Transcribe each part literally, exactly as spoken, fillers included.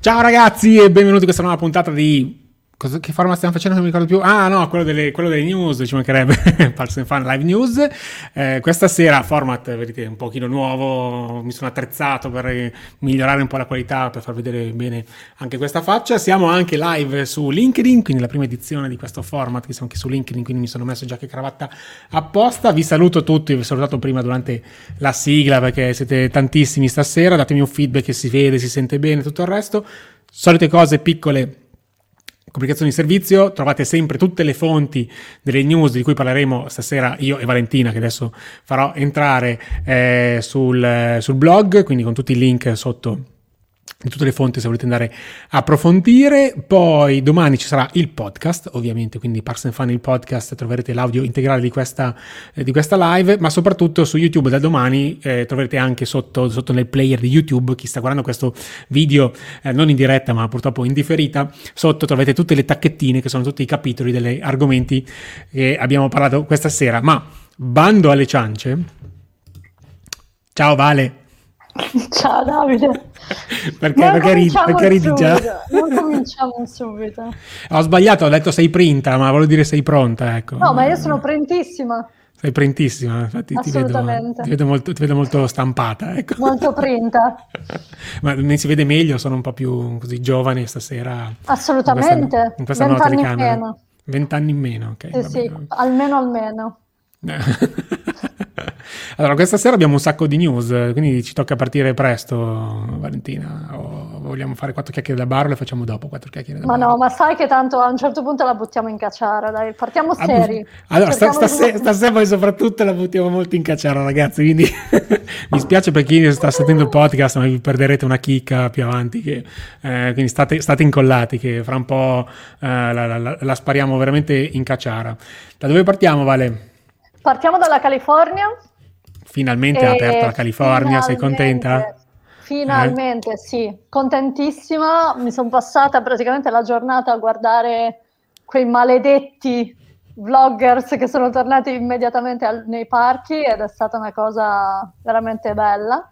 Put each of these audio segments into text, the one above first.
Ciao ragazzi e benvenuti a questa nuova puntata di... Cosa, che format stiamo facendo? Non mi ricordo più. Ah no, quello delle, quello delle news, ci mancherebbe. Parks and Fun Live News. Eh, questa sera, format, vedete, un pochino nuovo. Mi sono attrezzato per migliorare un po' la qualità, per far vedere bene anche questa faccia. Siamo anche live su LinkedIn, quindi la prima edizione di questo format, che siamo anche su LinkedIn, quindi mi sono messo giacca e cravatta apposta. Vi saluto tutti, vi ho salutato prima durante la sigla, perché siete tantissimi stasera. Datemi un feedback che si vede, si sente bene, tutto il resto. Solite cose piccole. Comunicazioni di servizio, trovate sempre tutte le fonti delle news di cui parleremo stasera io e Valentina, che adesso farò entrare eh, sul, sul blog, quindi con tutti i link sotto di tutte le fonti se volete andare a approfondire. Poi domani ci sarà il podcast, ovviamente, quindi Parks and Fun il podcast, troverete l'audio integrale di questa, eh, di questa live, ma soprattutto su YouTube da domani eh, troverete anche sotto, sotto nel player di YouTube, chi sta guardando questo video eh, non in diretta ma purtroppo in differita, sotto trovate tutte le tacchettine che sono tutti i capitoli degli argomenti che abbiamo parlato questa sera. Ma bando alle ciance. Ciao Vale. Ciao Davide. Perché, perché ridi, perché ridi già? Non cominciamo subito. Ho sbagliato, ho detto sei printa, ma volevo dire sei pronta, ecco. No, ma io sono printissima. Sei printissima, infatti ti vedo, ti vedo molto, ti vedo molto stampata, ecco. Molto printa. Ma mi si vede meglio, sono un po' più così giovane stasera. Assolutamente. In questa, in questa nuova telecamera. Vent'anni in meno, ok. Sì, sì, almeno almeno. Allora, questa sera abbiamo un sacco di news, quindi ci tocca partire presto, Valentina. O vogliamo fare quattro chiacchiere da bar o le facciamo dopo quattro chiacchiere da ma bar? Ma no, ma sai che tanto a un certo punto la buttiamo in cacciara, dai, partiamo seri. Allora, stasera, di... stasera poi soprattutto la buttiamo molto in cacciara, ragazzi, quindi mi spiace per chi sta sentendo il podcast, ma vi perderete una chicca più avanti, che, eh, quindi state, state incollati, che fra un po' eh, la, la, la, la spariamo veramente in cacciara. Da dove partiamo, Vale? Partiamo dalla California. Finalmente è aperta la California, sei contenta? Finalmente, eh? Sì, contentissima. Mi sono passata praticamente la giornata a guardare quei maledetti vloggers che sono tornati immediatamente al, nei parchi ed è stata una cosa veramente bella.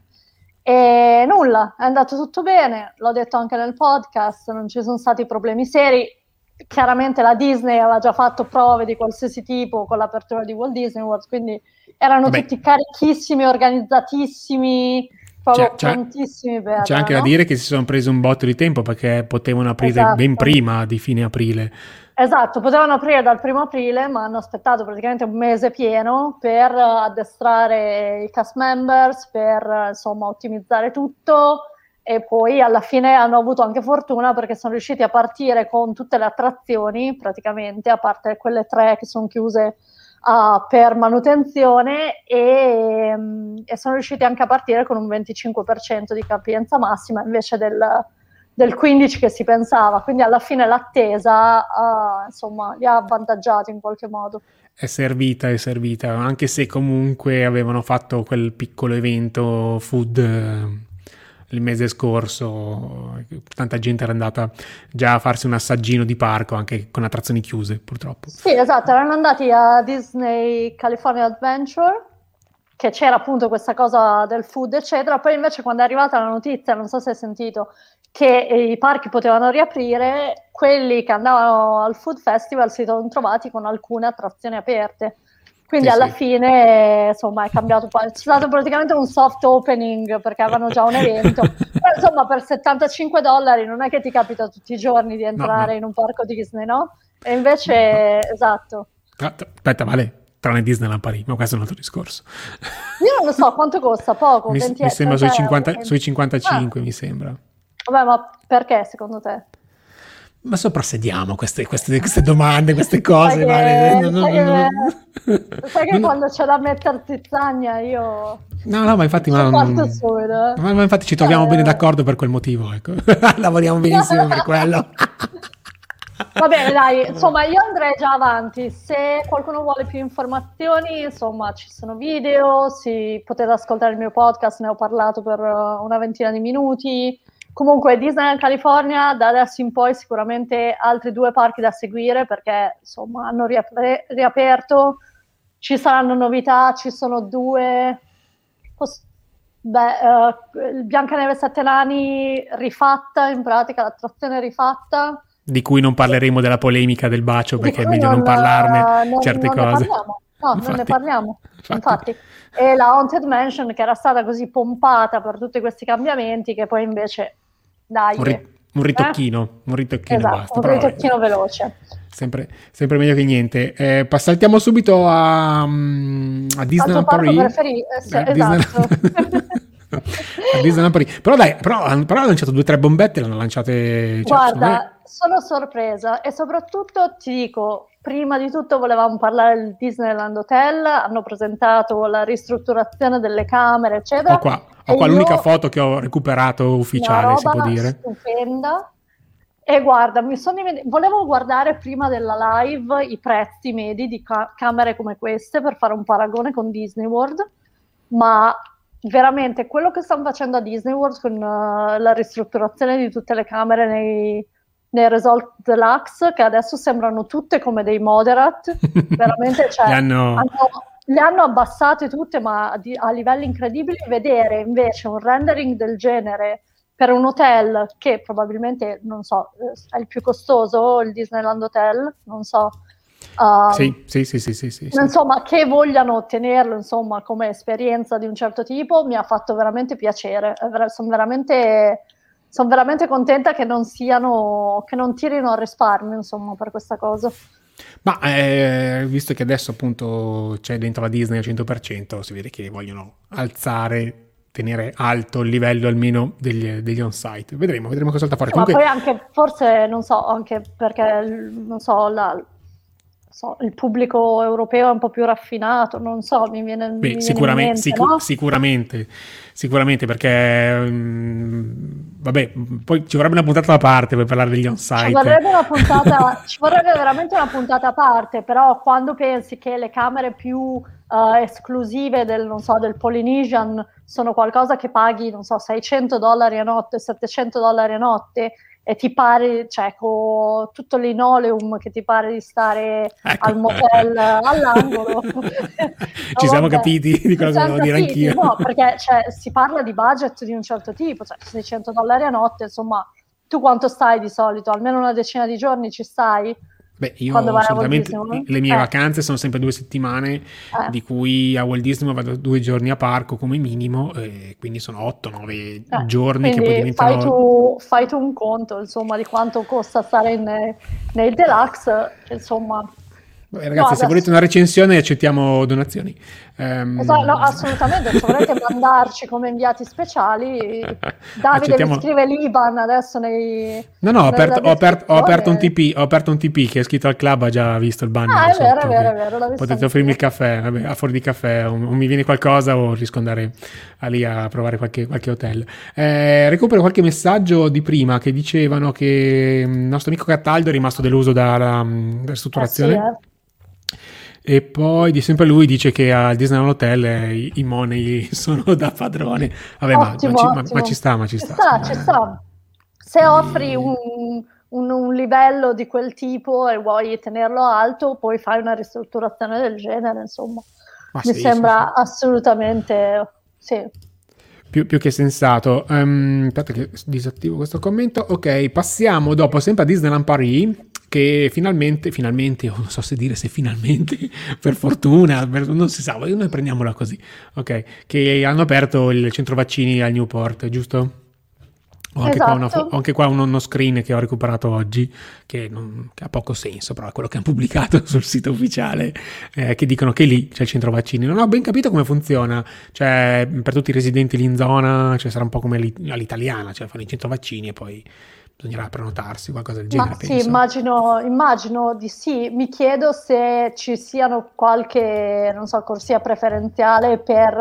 E nulla, è andato tutto bene, l'ho detto anche nel podcast, non ci sono stati problemi seri. Chiaramente la Disney aveva già fatto prove di qualsiasi tipo con l'apertura di Walt Disney World, quindi erano Vabbè. tutti carichissimi, organizzatissimi, proprio c'è, prontissimi per... C'è anche no? da dire che si sono presi un botto di tempo perché potevano aprire esatto. ben prima di fine aprile. Esatto, potevano aprire dal primo aprile, ma hanno aspettato praticamente un mese pieno per addestrare i cast members, per insomma ottimizzare tutto. E poi alla fine hanno avuto anche fortuna perché sono riusciti a partire con tutte le attrazioni praticamente, a parte quelle tre che sono chiuse uh, per manutenzione e, um, e sono riusciti anche a partire con un venticinque per cento di capienza massima invece del, del quindici per cento che si pensava, quindi alla fine l'attesa uh, insomma li ha avvantaggiati in qualche modo. È servita, è servita, anche se comunque avevano fatto quel piccolo evento food il mese scorso, tanta gente era andata già a farsi un assaggino di parco anche con attrazioni chiuse, purtroppo. Sì, esatto, erano andati a Disney California Adventure, che c'era appunto questa cosa del food eccetera, poi invece quando è arrivata la notizia, non so se hai sentito, che i parchi potevano riaprire, quelli che andavano al Food Festival si sono trovati con alcune attrazioni aperte. Quindi sì, alla sì. fine, insomma, è cambiato un po'. C'è stato praticamente un soft opening perché avevano già un evento. Però, insomma, per settantacinque dollari non è che ti capita tutti i giorni di entrare no, no. in un parco Disney, no? E invece, no. esatto. Aspetta, Vale, tranne Disneyland Paris, ma questo è un altro discorso. Io non lo so, quanto costa? Poco? Mi, venti, mi sembra sui, cinquanta, euro. sui cinquantacinque, ah. mi sembra. Vabbè, ma perché secondo te? Ma soprassediamo queste, queste, queste domande, queste cose. Sai che, vale. No, no, sai no, no, che, sai che quando c'è da mettere zizzagna io... No, no, ma infatti, ma, subito, eh. ma, ma infatti ci troviamo eh, bene d'accordo per quel motivo, ecco. Lavoriamo benissimo per quello. Va bene, dai, insomma, io andrei già avanti. Se qualcuno vuole più informazioni, insomma, ci sono video, si, potete ascoltare il mio podcast, ne ho parlato per una ventina di minuti. Comunque Disneyland California da adesso in poi sicuramente altri due parchi da seguire perché insomma hanno riap- riaperto, ci saranno novità, ci sono due, poss- Beh, uh, Biancaneve e Sette Nani rifatta, in pratica l'attrazione rifatta. Di cui non parleremo della polemica del bacio, perché è meglio non, non parlarne non, certe non cose. Ne parliamo. No, infatti, non ne parliamo. Infatti. infatti. E la Haunted Mansion, che era stata così pompata per tutti questi cambiamenti, che poi invece, dai... Un, ri- un ritocchino, eh? un ritocchino esatto, basta. un ritocchino però, veloce. Sempre, sempre meglio che niente. Eh, saltiamo subito a, a Disneyland Paris. Preferi- eh, eh, esatto. a Disneyland Paris. Però dai, però, però hanno lanciato due o tre bombette, l'hanno lanciate... Cioè, Guarda, sono sorpresa e soprattutto ti dico, prima di tutto volevamo parlare del Disneyland Hotel, hanno presentato la ristrutturazione delle camere, eccetera. Ho qua, ho qua l'unica foto che ho recuperato ufficiale, si può dire. Stupenda. E guarda, mi sono divent- volevo guardare prima della live i prezzi medi di ca- camere come queste per fare un paragone con Disney World, ma veramente quello che stanno facendo a Disney World con uh, la ristrutturazione di tutte le camere nei, nei resort deluxe, che adesso sembrano tutte come dei moderate, veramente cioè, le, hanno... Hanno, le hanno abbassate tutte ma di, a livelli incredibili. Vedere invece un rendering del genere per un hotel che probabilmente, non so, è il più costoso, il Disneyland Hotel, non so. Uh, sì, sì, sì, sì, sì, sì, insomma, sì. Che vogliano ottenerlo, insomma, come esperienza di un certo tipo, mi ha fatto veramente piacere. Sono veramente, sono veramente contenta che non siano, che non tirino al risparmio, insomma, per questa cosa. Ma eh, visto che adesso appunto c'è dentro la Disney al cento per cento, si vede che vogliono alzare, tenere alto il livello almeno degli, degli on-site. Vedremo, vedremo cosa salta fuori. Ma Comunque... poi anche, forse, non so, anche perché, non so, la, so, il pubblico europeo è un po' più raffinato, non so, mi viene, Beh, mi sicuramente, viene in mente, sicu- no? sicuramente, sicuramente, perché mh, vabbè, poi ci vorrebbe una puntata a parte per parlare degli on-site. Ci vorrebbe una puntata, ci vorrebbe veramente una puntata a parte, però quando pensi che le camere più uh, esclusive del, non so, del Polynesian sono qualcosa che paghi, non so, seicento dollari a notte, settecento dollari a notte, e ti pare, cioè, con tutto linoleum che ti pare di stare ecco. al motel all'angolo. Ci siamo capiti di cosa volevo dire anch'io. No, perché cioè, si parla di budget di un certo tipo, cioè seicento dollari a notte, insomma, tu quanto stai di solito? Almeno una decina di giorni ci stai? Beh, io solitamente le mie eh. vacanze sono sempre due settimane, eh. di cui a Walt Disney vado due giorni a parco come minimo, e quindi sono otto nove eh. giorni che poi diventano... Fai tu, fai tu un conto, insomma, di quanto costa stare in, nei deluxe, insomma... Beh, ragazzi, no, se volete una recensione accettiamo donazioni. Um... Esatto, no, assolutamente, se volete mandarci come inviati speciali, Davide accettiamo... mi scrive l'I B A N adesso nei... No, no, ho aperto, ho, aperto, ho aperto un T P, ho aperto un T P che è scritto al club, ha già visto il banner. Ah, è vero, è vero, è vero. Potete anch'io. Offrirmi il caffè, vabbè, a fuori di caffè, o, o mi viene qualcosa o riesco ad andare a lì a provare qualche, qualche hotel. Eh, recupero qualche messaggio di prima che dicevano che il nostro amico Cataldo è rimasto deluso dalla, dalla ristrutturazione. Eh sì, eh. E poi di sempre lui dice che al Disneyland Hotel eh, i, i money sono da padrone. Vabbè, ottimo, ma, ma, ci, ma, ma ci sta, ma ci, ci sta. sta, ci sta. Se offri un, un, un livello di quel tipo e vuoi tenerlo alto, poi fai una ristrutturazione del genere, insomma. Ma mi sì, sembra sì, sì. assolutamente sì. Più, più che sensato. Um, aspetta che disattivo questo commento. Ok, passiamo dopo sempre a Disneyland Paris, che finalmente, finalmente, non so se dire se finalmente, per fortuna, non si sa, noi prendiamola così, ok, che hanno aperto il centro vaccini al Newport, giusto? Ho anche, esatto. qua, una, ho anche qua uno, uno screen che ho recuperato oggi, che, non, che ha poco senso, però è quello che hanno pubblicato sul sito ufficiale, eh, che dicono che lì c'è il centro vaccini. Non ho ben capito come funziona, cioè per tutti i residenti lì in zona, cioè sarà un po' come all'italiana, cioè fanno il centro vaccini e poi bisognerà prenotarsi, qualcosa del genere. Ma sì, immagino, immagino di sì. Mi chiedo se ci siano qualche, non so, corsia preferenziale per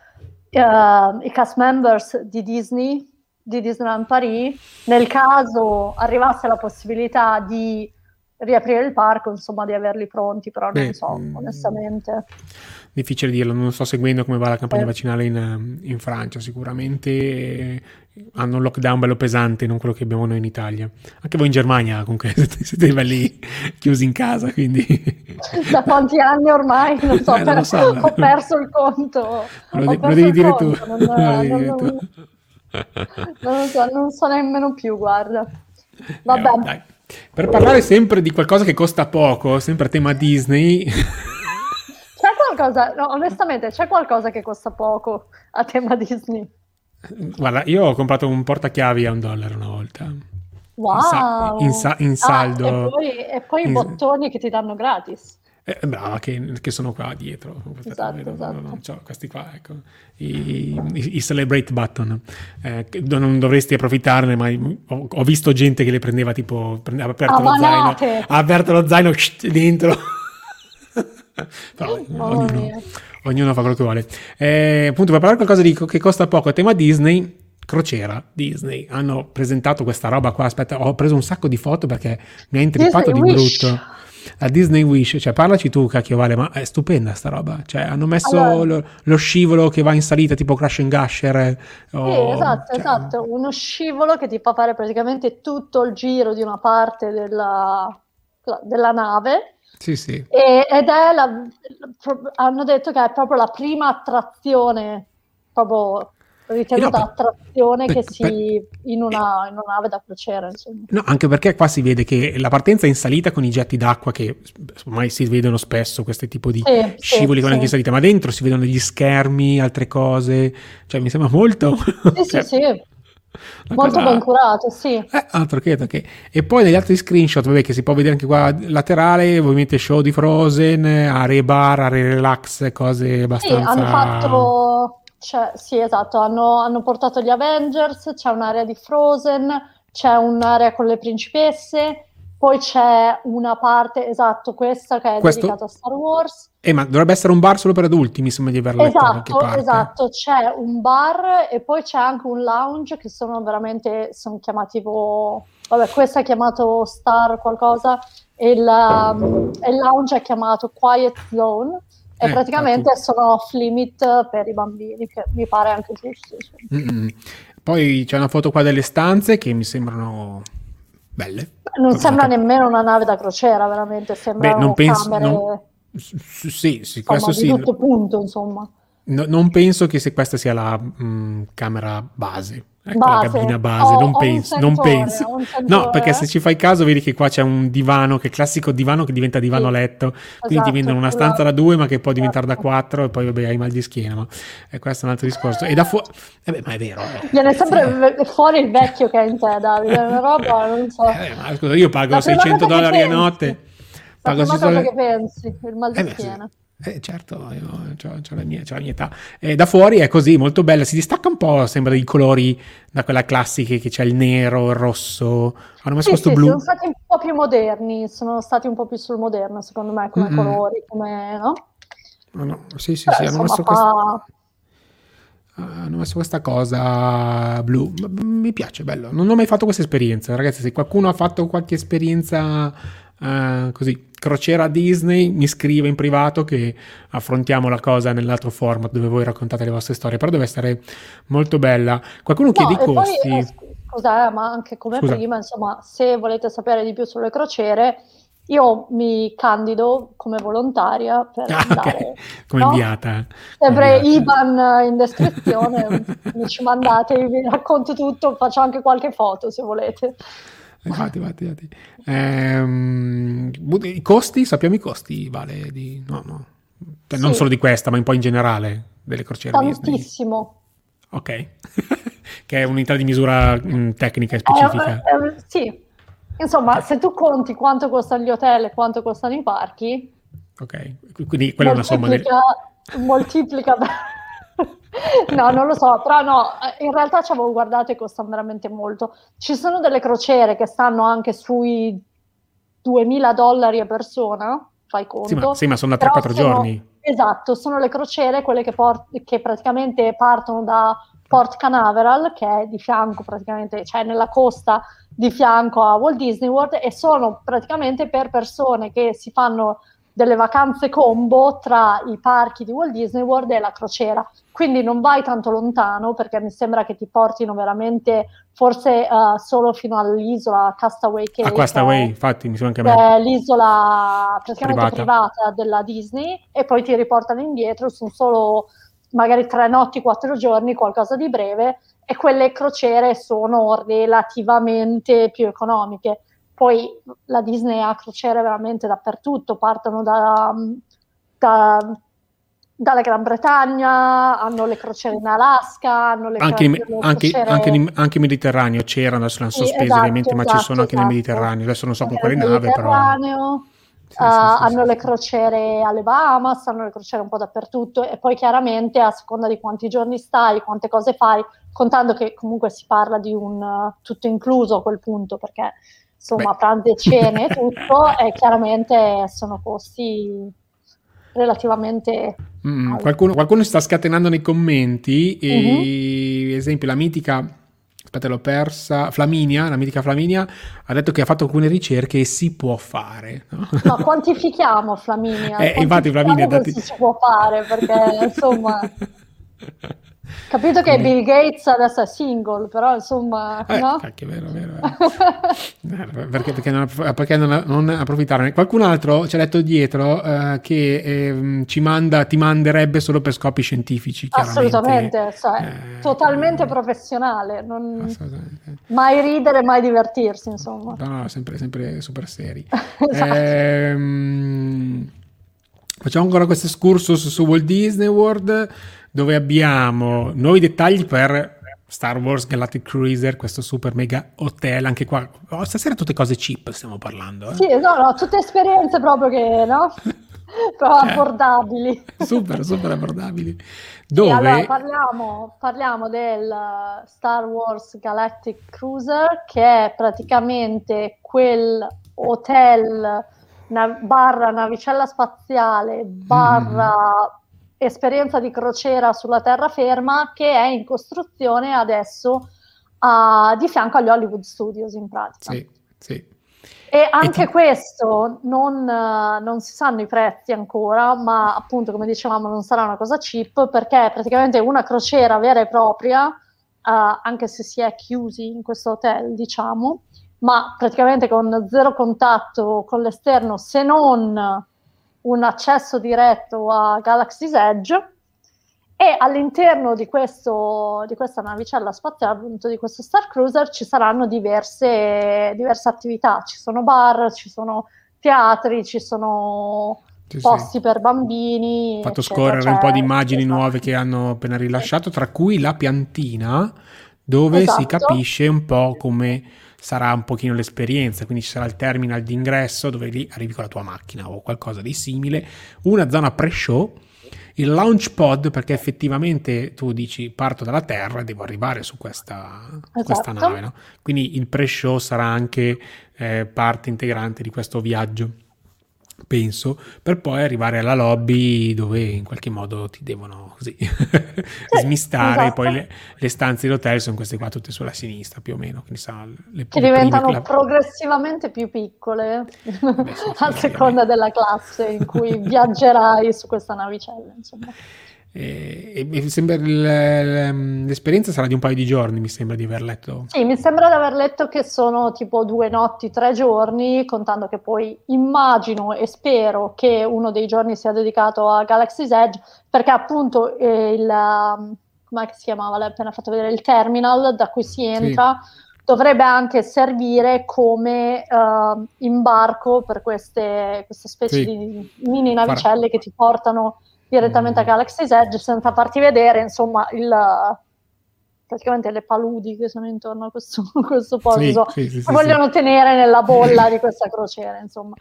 uh, i cast members di Disney, di Disneyland Paris, nel caso arrivasse la possibilità di riaprire il parco, insomma, di averli pronti, però Beh, non so, mh, onestamente. difficile dirlo, non sto seguendo come va la campagna Eh, vaccinale in, in Francia, sicuramente eh, hanno un lockdown bello pesante, non quello che abbiamo noi in Italia. Anche voi in Germania comunque siete, siete belli chiusi in casa, quindi... Da quanti anni ormai? Non so, Eh, non lo per- so, ho perso il conto. me lo, Ho de- me lo perso devi il dire tu, conto, non, me lo devi non- dire tu. non- non lo so, non so nemmeno più, guarda. Eh, Vabbè. vabbè, dai. Per parlare sempre di qualcosa che costa poco, sempre a tema Disney, C'è qualcosa, no, onestamente, c'è qualcosa che costa poco a tema Disney? guarda, io ho comprato un portachiavi a un dollaro una volta, in, sa- in Wow! sa- in Ah, e saldo. poi, e poi i in- bottoni che ti danno gratis. Eh, brava, che, che sono qua dietro. Aspetta, Esatto, vedo, no, no, no, esatto. c'ho questi qua, ecco, i, i- i celebrate button. Eh, che non dovresti approfittarne, ma ho, ho visto gente che le prendeva tipo, prende- ha aperto lo zaino, Avanate! ha aperto lo zaino dentro. Però eh, Mamma ognuno, mia. ognuno fa quello che vuole. Eh, appunto, per parlare di qualcosa di, che costa poco, a tema Disney, crociera Disney, hanno presentato questa roba qua. Aspetta, ho preso un sacco di foto perché mi ha intrippato Disney di Wish. brutto. La Disney Wish, cioè parlaci tu, cacchio Vale, ma è stupenda sta roba. Cioè, hanno messo Allora, lo, lo scivolo che va in salita tipo Crash and Gusher. eh, sì, o- esatto, cioè, esatto. Uno scivolo che ti fa fare praticamente tutto il giro di una parte della, della nave. sì, sì. E- ed è la, pro- hanno detto che è proprio la prima attrazione, proprio Eh, no, ritenuta per- attrazione per- che per- si in una, in una nave da crociera, insomma. No, anche perché qua si vede che la partenza è in salita con i getti d'acqua che ormai si vedono spesso, questo tipo di Sì, sì, scivoli con anche in sì. salita, ma dentro si vedono gli schermi, altre cose, cioè mi sembra molto... Sì, sì, cioè, sì, una molto ben cosa... curato, sì. Eh, altro che, altro che. E poi negli altri screenshot, vabbè, che si può vedere anche qua laterale, ovviamente show di Frozen, aree bar, aree relax, cose Sì, hanno abbastanza... fatto, cioè, sì, esatto, hanno, hanno portato gli Avengers, c'è un'area di Frozen, c'è un'area con le principesse, poi c'è una parte, esatto, questa che è Questo... dedicata a Star Wars. Eh, ma dovrebbe essere un bar solo per adulti, mi sembra di aver letto da qualche Esatto, parte. esatto, c'è un bar e poi c'è anche un lounge che sono veramente, sono chiamati tipo, vabbè, questo è chiamato Star qualcosa e il, um, e il lounge è chiamato Quiet Zone e Eh, praticamente infatti. sono off limit per i bambini, che mi pare anche giusto. Insomma. Mm-mm. Poi c'è una foto qua delle stanze che mi sembrano belle. Non Proprio sembra una cap- nemmeno una nave da crociera, veramente, Beh, non sembrano penso... camere, non- s- s- Sì, sì, insomma, questo di sì. tutto punto, insomma. No- non penso che se questa sia la mm, camera base. Ecco, la Base, cabina base, ho, non ho un penso, non sentore, penso. ho un No, perché sentore. se ci fai caso vedi che qua c'è un divano, che è il classico divano che diventa divano Sì, letto, quindi ti vendono esatto, una quello- stanza da due ma che può diventare da esatto. quattro e poi vabbè hai mal di schiena, ma e questo è un altro discorso. E da fuori... Eh beh, ma è vero. eh. Viene sempre Sì. ve- fuori il vecchio che è in te, Davide, è una roba, non so. Eh, ma scusa, io pago La prima seicento cosa che dollari a pensi, notte. la Pago prima seicento cosa dollari... che pensi, il mal di Eh beh, sì. schiena. Eh, certo, io ho la mia, c'ho la mia età. E da fuori è così, molto bella, si distacca un po', sembra dei colori da quella classica che c'è il nero, il rosso. Hanno messo Sì, questo sì, blu. sono stati un po' più moderni, sono stati un po' più sul moderno, secondo me, come Mm-mm. colori, come, no? No, no, sì, sì, Però, sì, hanno insomma, messo, quest- fa... hanno messo questa cosa blu. Ma- Mi piace, bello. Non ho mai fatto questa esperienza, ragazzi. Se qualcuno ha fatto qualche esperienza eh, così, crociera Disney, mi scrive in privato che affrontiamo la cosa nell'altro format dove voi raccontate le vostre storie. Però deve essere molto bella. Qualcuno chiede No, i e poi, costi. eh, scu- scusa, eh, ma anche come Scusa. prima, insomma, se volete sapere di più sulle crociere, io mi candido come volontaria per Ah, andare, ok, come no? inviata. Sempre Come inviata. I B A N in descrizione, mi ci mandate, vi racconto tutto, faccio anche qualche foto se volete. Infatti, infatti, infatti. Ehm, I costi, sappiamo i costi, Vale, di... no, no. Cioè, non Sì, solo di questa, ma un po' in generale delle crociere Disney. tantissimo. Ok. Che è un'unità di misura mh, tecnica e Eh, specifica. eh, eh, sì, insomma, Ok, se tu conti quanto costano gli hotel e quanto costano i parchi, ok. Quindi quella è una somma del... moltiplica, moltiplica per- No, non lo so, però no, in realtà ci avevo guardato e costano veramente molto. Ci sono delle crociere che stanno anche sui duemila dollari a persona, fai Sì, ma, conto, sì, ma sono da però tre quattro sono, giorni. esatto, sono le crociere quelle che, port- che praticamente partono da Port Canaveral, che è di fianco praticamente, cioè nella costa di fianco a Walt Disney World, e sono praticamente per persone che si fanno delle vacanze combo tra i parchi di Walt Disney World e la crociera, quindi non vai tanto lontano, perché mi sembra che ti portino veramente forse uh, solo fino all'isola Castaway Cay, A Castaway, infatti, mi sembra anche a che me. è l'isola praticamente Privata. privata della Disney, e poi ti riportano indietro, sono solo magari tre notti, quattro giorni, qualcosa di breve, e quelle crociere sono relativamente più economiche. Poi la Disney ha crociere veramente dappertutto, partono da, da, dalla Gran Bretagna, hanno le crociere in Alaska, hanno le, Anche, cro- in- le anche, anche, crociere... in- anche in Mediterraneo c'erano, adesso le hanno Sì, sospese ovviamente, esatto, ma ci sono esatto, anche nel esatto. Mediterraneo. Adesso non so con Anche nel quale nave, però... Mediterraneo. Uh, Sì, sì, sì, hanno sì, le sì. crociere alle Bahamas, hanno le crociere un po' dappertutto, e poi chiaramente a seconda di quanti giorni stai, quante cose fai, contando che comunque si parla di un uh, tutto incluso a quel punto, perché insomma Beh. pranzi e cene e tutto, e chiaramente sono costi relativamente Mm, alti. qualcuno, qualcuno sta scatenando nei commenti, Mhm. e, esempio la mitica, aspetta l'ho persa, Flaminia, la mitica Flaminia ha detto che ha fatto alcune ricerche e si può fare, no? Ma quantifichiamo, Flaminia, Eh, infatti Flaminia, quantifichiamo dati... cosa si può fare, perché insomma... Capito che Quindi... Bill Gates adesso è single, però insomma, Eh, no? cacchio, è vero, è vero, è vero. Eh, perché, perché non, perché non, non approfittarne? Qualcun altro ci ha letto dietro eh, che eh, ci manda, ti manderebbe solo per scopi scientifici, chiaramente. Assolutamente, cioè, Eh, totalmente chiaramente. professionale, non... Assolutamente. mai ridere, mai divertirsi, insomma. No, no, sempre, sempre super seri. Esatto. Ehm, facciamo ancora questo excursus su Walt Disney World, dove abbiamo nuovi dettagli per Star Wars Galactic Cruiser, questo super mega hotel. Anche qua, oh, stasera tutte cose cheap stiamo parlando, eh? Sì, no, no, tutte esperienze proprio che, no? Però Cioè, abbordabili. super, super abbordabili. Sì, allora Dove... parliamo, parliamo del uh, Star Wars Galactic Cruiser, che è praticamente quel hotel na- barra navicella spaziale Mhm. barra esperienza di crociera sulla terraferma, che è in costruzione adesso uh, di fianco agli Hollywood Studios, in pratica. Sì, sì. E E anche ti... questo non, eh, non si sanno i prezzi ancora, ma appunto, come dicevamo, non sarà una cosa cheap, perché è praticamente una crociera vera e propria, eh, anche se si è chiusi in questo hotel, diciamo, ma praticamente con zero contatto con l'esterno, se non un accesso diretto a Galaxy's Edge. E all'interno di, questo, di questa navicella spaziale, appunto di questo Star Cruiser, ci saranno diverse, diverse attività. Ci sono bar, ci sono teatri, ci sono Sì, sì. posti per bambini, Fatto eccetera. scorrere un Cioè, po' di immagini nuove esatto. che hanno appena Sì. rilasciato, tra cui la piantina, dove si Esatto. capisce un po' come sarà un pochino l'esperienza. Quindi ci sarà il terminal d'ingresso dove lì arrivi con la tua macchina o qualcosa di simile, una zona pre-show, il launch pod, perché effettivamente tu dici parto dalla Terra e devo arrivare su questa, questa Esatto. nave, no? Quindi il pre-show sarà anche eh, parte integrante di questo viaggio, penso, per poi arrivare alla lobby dove in qualche modo ti devono così Sì, smistare. Poi esatto. le, le stanze d'hotel sono queste qua tutte sulla sinistra più o meno, quindi sono le, Che le prime diventano la... progressivamente più piccole Beh, sì, sì, a seconda ovviamente. della classe in cui viaggerai su questa navicella, insomma. E, e mi sembra il- l'esperienza sarà di un paio di giorni, mi sembra di aver letto. Sì, mi sembra di aver letto che sono tipo due notti, tre giorni, contando che poi immagino e spero che uno dei giorni sia dedicato a Galaxy's Edge, perché appunto eh, il, um, com'è che si chiamava? L'hai appena fatto vedere, il terminal da cui si Sì, entra dovrebbe anche servire come uh, imbarco per queste, queste specie sì. di mini Far... navicelle che ti portano direttamente a Mm, Galaxy's Edge senza farti vedere, insomma, il, praticamente le paludi che sono intorno a questo, questo posto, sì, insomma, sì, sì, che sì, sì. vogliono tenere nella bolla di questa crociera, insomma.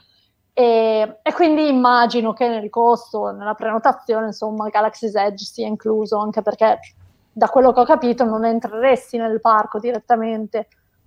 E, e quindi immagino che nel costo, nella prenotazione, insomma, Galaxy's Edge sia incluso, anche perché da quello che ho capito non entreresti nel parco direttamente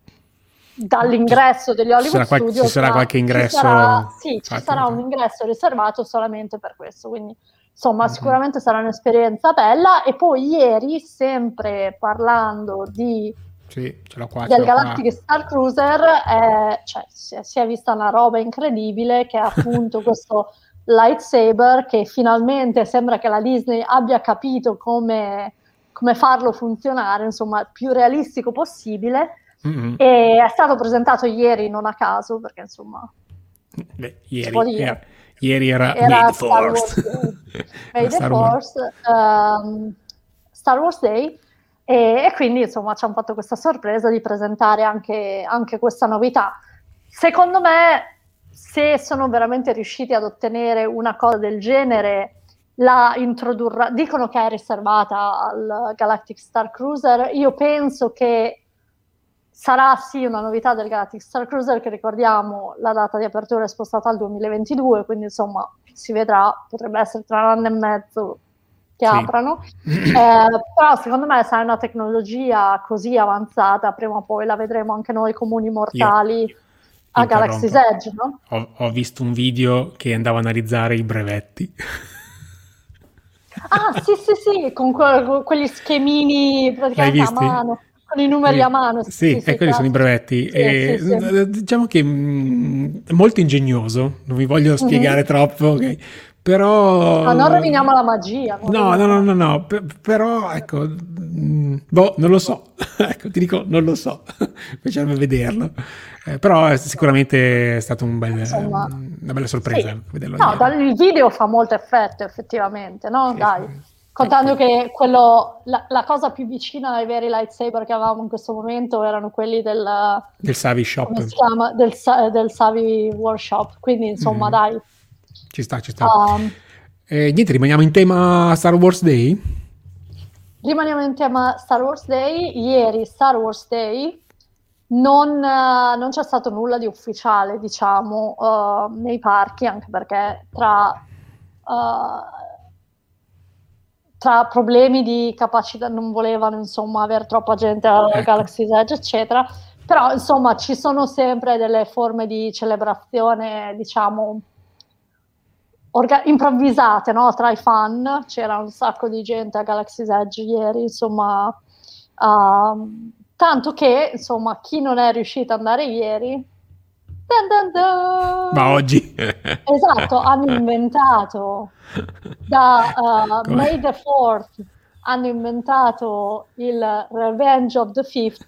dall'ingresso degli Ci Hollywood sarà, qualche, ci Studios, sarà ma qualche ci sarà, ingresso sì, ci fatto. sarà un ingresso riservato solamente per questo, quindi insomma, mm-hmm. sicuramente sarà un'esperienza bella. E poi ieri, sempre parlando di sì, ce l'ho qua, del ce l'ho Galactic qua. Star Cruiser, eh, cioè, si, è, si è vista una roba incredibile, che è appunto questo lightsaber, che finalmente sembra che la Disney abbia capito come, come farlo funzionare, insomma, il più realistico possibile. Mm-hmm. E è stato presentato ieri, non a caso, perché insomma, beh, ieri era, dire, ieri era, era May the Star Force, Wars May the Force, um, Star Wars Day. E, e quindi insomma ci hanno fatto questa sorpresa di presentare anche, anche questa novità. Secondo me, se sono veramente riusciti ad ottenere una cosa del genere, la introdurrà. Dicono che è riservata al Galactic Star Cruiser. Io penso che sarà sì una novità del Galactic Star Cruiser, che ricordiamo la data di apertura è spostata al duemilaventidue, quindi insomma si vedrà, potrebbe essere tra un anno e mezzo che sì. aprano, eh, però secondo me se è una tecnologia così avanzata, prima o poi la vedremo anche noi comuni mortali Io a Galaxy's Edge, no? Ho, ho visto un video che andava a analizzare i brevetti. Ah sì sì sì, con, que- con quegli schemini praticamente a mano, con i numeri a mano. Sì, sì, sì, e quelli sono i brevetti. Sì, e, sì, sì. Diciamo che mh, è molto ingegnoso, non vi voglio spiegare mm-hmm. troppo, ok? Però... Ma non roviniamo la magia. No, no, no, no, no, P- però ecco, mh, boh, non lo so, ecco, ti dico, non lo so, piacerebbe vederlo, eh, però è sicuramente è stata un bel, Insomma, una bella sorpresa sì. vederlo. No, dal, il video fa molto effetto effettivamente, no? Sì, Dai, sì. contando che quello, la, la cosa più vicina ai veri lightsaber che avevamo in questo momento erano quelli del... Del Savvy Shop. Come si chiama? Del, del Savvy Workshop, quindi insomma, mm. dai. Ci sta, ci sta. Um, eh, niente, rimaniamo in tema Star Wars Day? Rimaniamo in tema Star Wars Day. Ieri, Star Wars Day, non, uh, non c'è stato nulla di ufficiale, diciamo, uh, nei parchi, anche perché tra, uh, tra problemi di capacità non volevano, insomma, avere troppa gente a ecco. Galaxy's Edge, eccetera. Però, insomma, ci sono sempre delle forme di celebrazione, diciamo, Orga- improvvisate, no? Tra i fan. C'era un sacco di gente a Galaxy's Edge ieri, insomma, uh, tanto che, insomma, chi non è riuscito ad andare ieri, dun dun dun, ma oggi esatto, hanno inventato da uh, May the fourth, hanno inventato il Revenge of the Fifth,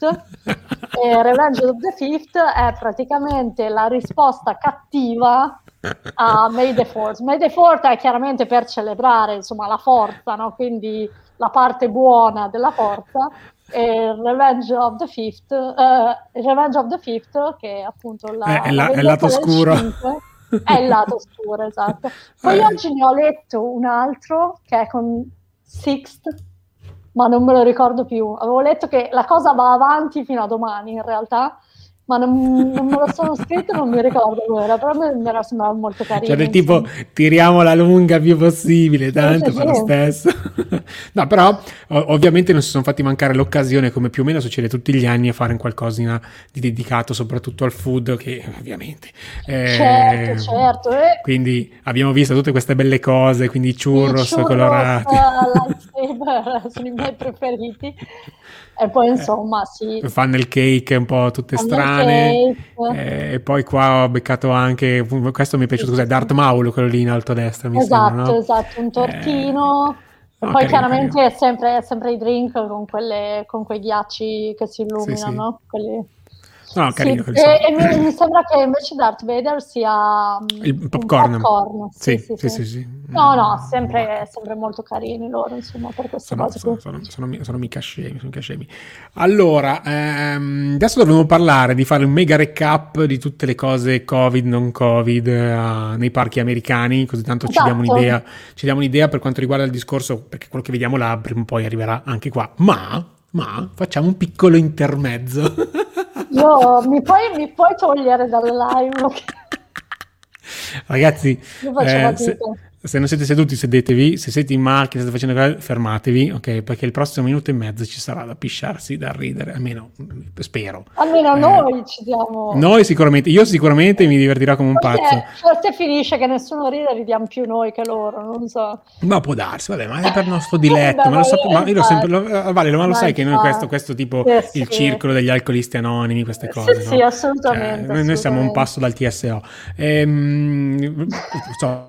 e Revenge of the Fifth è praticamente la risposta cattiva a May the Fourth. May the Fourth è chiaramente per celebrare, insomma, la forza, no? Quindi la parte buona della forza, e Revenge of the Fifth, uh, Revenge of the Fifth, che è appunto la, è, la, la è il lato oscuro. cinque, è il lato oscuro, esatto. Poi eh. oggi ne ho letto un altro che è con Sixth, ma non me lo ricordo più. Avevo letto che la cosa va avanti fino a domani, in realtà, ma non, non me lo sono scritto, non mi ricordo era, però mi era sembrato molto carino. Cioè del tipo, tiriamo la lunga più possibile, tanto fa lo stesso. No, però ov- ovviamente non si sono fatti mancare l'occasione, come più o meno succede tutti gli anni, a fare un qualcosina di dedicato soprattutto al food, che ovviamente... Eh, certo, certo. Eh. Quindi abbiamo visto tutte queste belle cose, quindi churros, churros colorati. Lightsaber sono i miei preferiti. E poi insomma sì, funnel cake un po' tutte funnel strane eh, e poi qua ho beccato anche, questo mi è piaciuto, sì, cos'è? Darth Maul, quello lì in alto a destra, mi esatto, sembra, no? esatto, un tortino eh, e no, poi carino, chiaramente carino. È, sempre, è sempre i drink con, quelle, con quei ghiacci che si illuminano, sì, sì. Quelli... No, carino, sì, e, e mi, mi sembra che invece Darth Vader sia il popcorn. popcorn. Sì, sì, sì, sì, sì, sì. No, no, sempre, sempre molto carini loro, insomma, per queste sono, cose sono, qui. Sono, sono, sono, sono mica scemi, sono mica scemi. Allora, ehm, adesso dovremmo parlare di fare un mega recap di tutte le cose Covid, non Covid uh, nei parchi americani, così tanto esatto. ci diamo un'idea, ci diamo un'idea per quanto riguarda il discorso, perché quello che vediamo là prima o poi arriverà anche qua. Ma, ma facciamo un piccolo intermezzo. Io, mi, puoi, mi puoi togliere dal live? Ragazzi, eh, se, Se non siete seduti, sedetevi. Se siete in macchina, state facendo cose, fermatevi, ok? Perché il prossimo minuto e mezzo ci sarà da pisciarsi, da ridere, almeno spero. Almeno Eh, noi ci siamo. Noi sicuramente, io sicuramente mi divertirò come un Forse, pazzo. forse finisce che nessuno ride, ridiamo più noi che loro, non so. Ma può darsi, vabbè, ma è per nostro diletto. Ma lo sape- ma io lo sempre, lo, Vale, ma lo Ma sai che noi infatti. questo, questo tipo, Sì, il sì. circolo degli alcolisti anonimi, queste cose, Sì, no? sì, assolutamente. Cioè, noi, noi siamo un assolutamente. passo dal T S O. Ehm, so,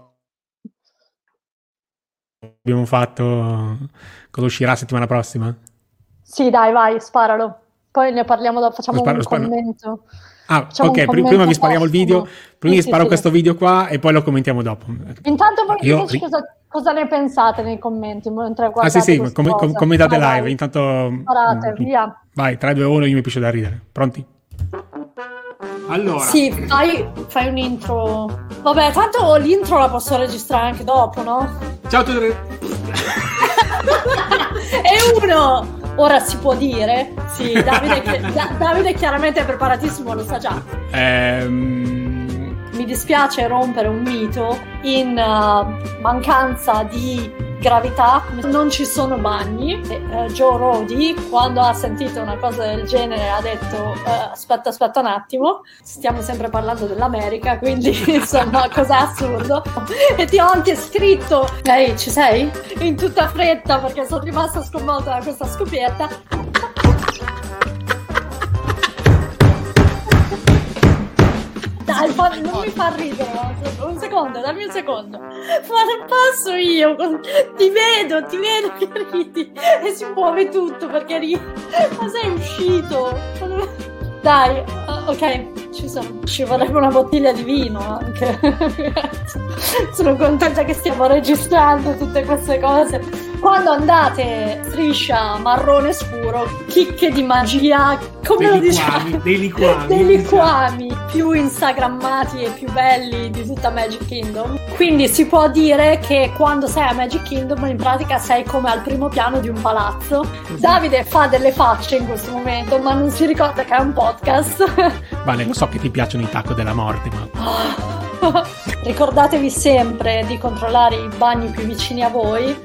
abbiamo fatto, cosa uscirà settimana prossima? Sì, dai, vai, sparalo. Poi ne parliamo dopo, facciamo Sparo- un sparo- commento. Ah, Facciamo ok, un pri- prima commento vi spariamo il video, postumo. prima Sì, vi sì, sparo sì. questo video qua e poi lo commentiamo dopo. Intanto voi Io diteci ri- cosa, cosa ne pensate nei commenti mentre Ah sì guardate sì, questa com- com- cosa. commentate Vai, live, vai. intanto Sparate, mm, via. vai, tre, due, uno, io mi piscio da ridere. Pronti? Allora, Sì, fai, fai un intro. Vabbè, tanto l'intro la posso registrare anche dopo, no? ciao a tutti. E uno! Ora si può dire? Sì, Davide, Da- Davide chiaramente è preparatissimo, lo sa già. Ehm, Mi dispiace rompere un mito in uh, mancanza di gravità, non ci sono bagni. E, uh, Joe Rodi, quando ha sentito una cosa del genere, ha detto uh, aspetta aspetta un attimo, stiamo sempre parlando dell'America, quindi insomma cos'è assurdo. E ti ho anche scritto, ehi ci sei? In tutta fretta perché sono rimasta sconvolta da questa scoperta. Dai, fa- non mi fa ridere, un secondo, dammi un secondo. Ma non posso io, ti vedo, ti vedo che ridi e si muove tutto perché ridi. Ma sei uscito? Dai, uh, ok, ci sono. Ci vorrebbe una bottiglia di vino anche. Sono contenta che stiamo registrando tutte queste cose. Quando andate striscia marrone scuro, chicche di magia, come Dei lo liquami, diciamo? dei liquami, Dei diciamo. liquami più instagrammati e più belli di tutta Magic Kingdom. Quindi si può dire che quando sei a Magic Kingdom in pratica sei come al primo piano di un palazzo. Davide fa delle facce in questo momento, ma non si ricorda che è un podcast. Vale, so che ti piacciono i taco della morte, ma Ricordatevi sempre di controllare i bagni più vicini a voi.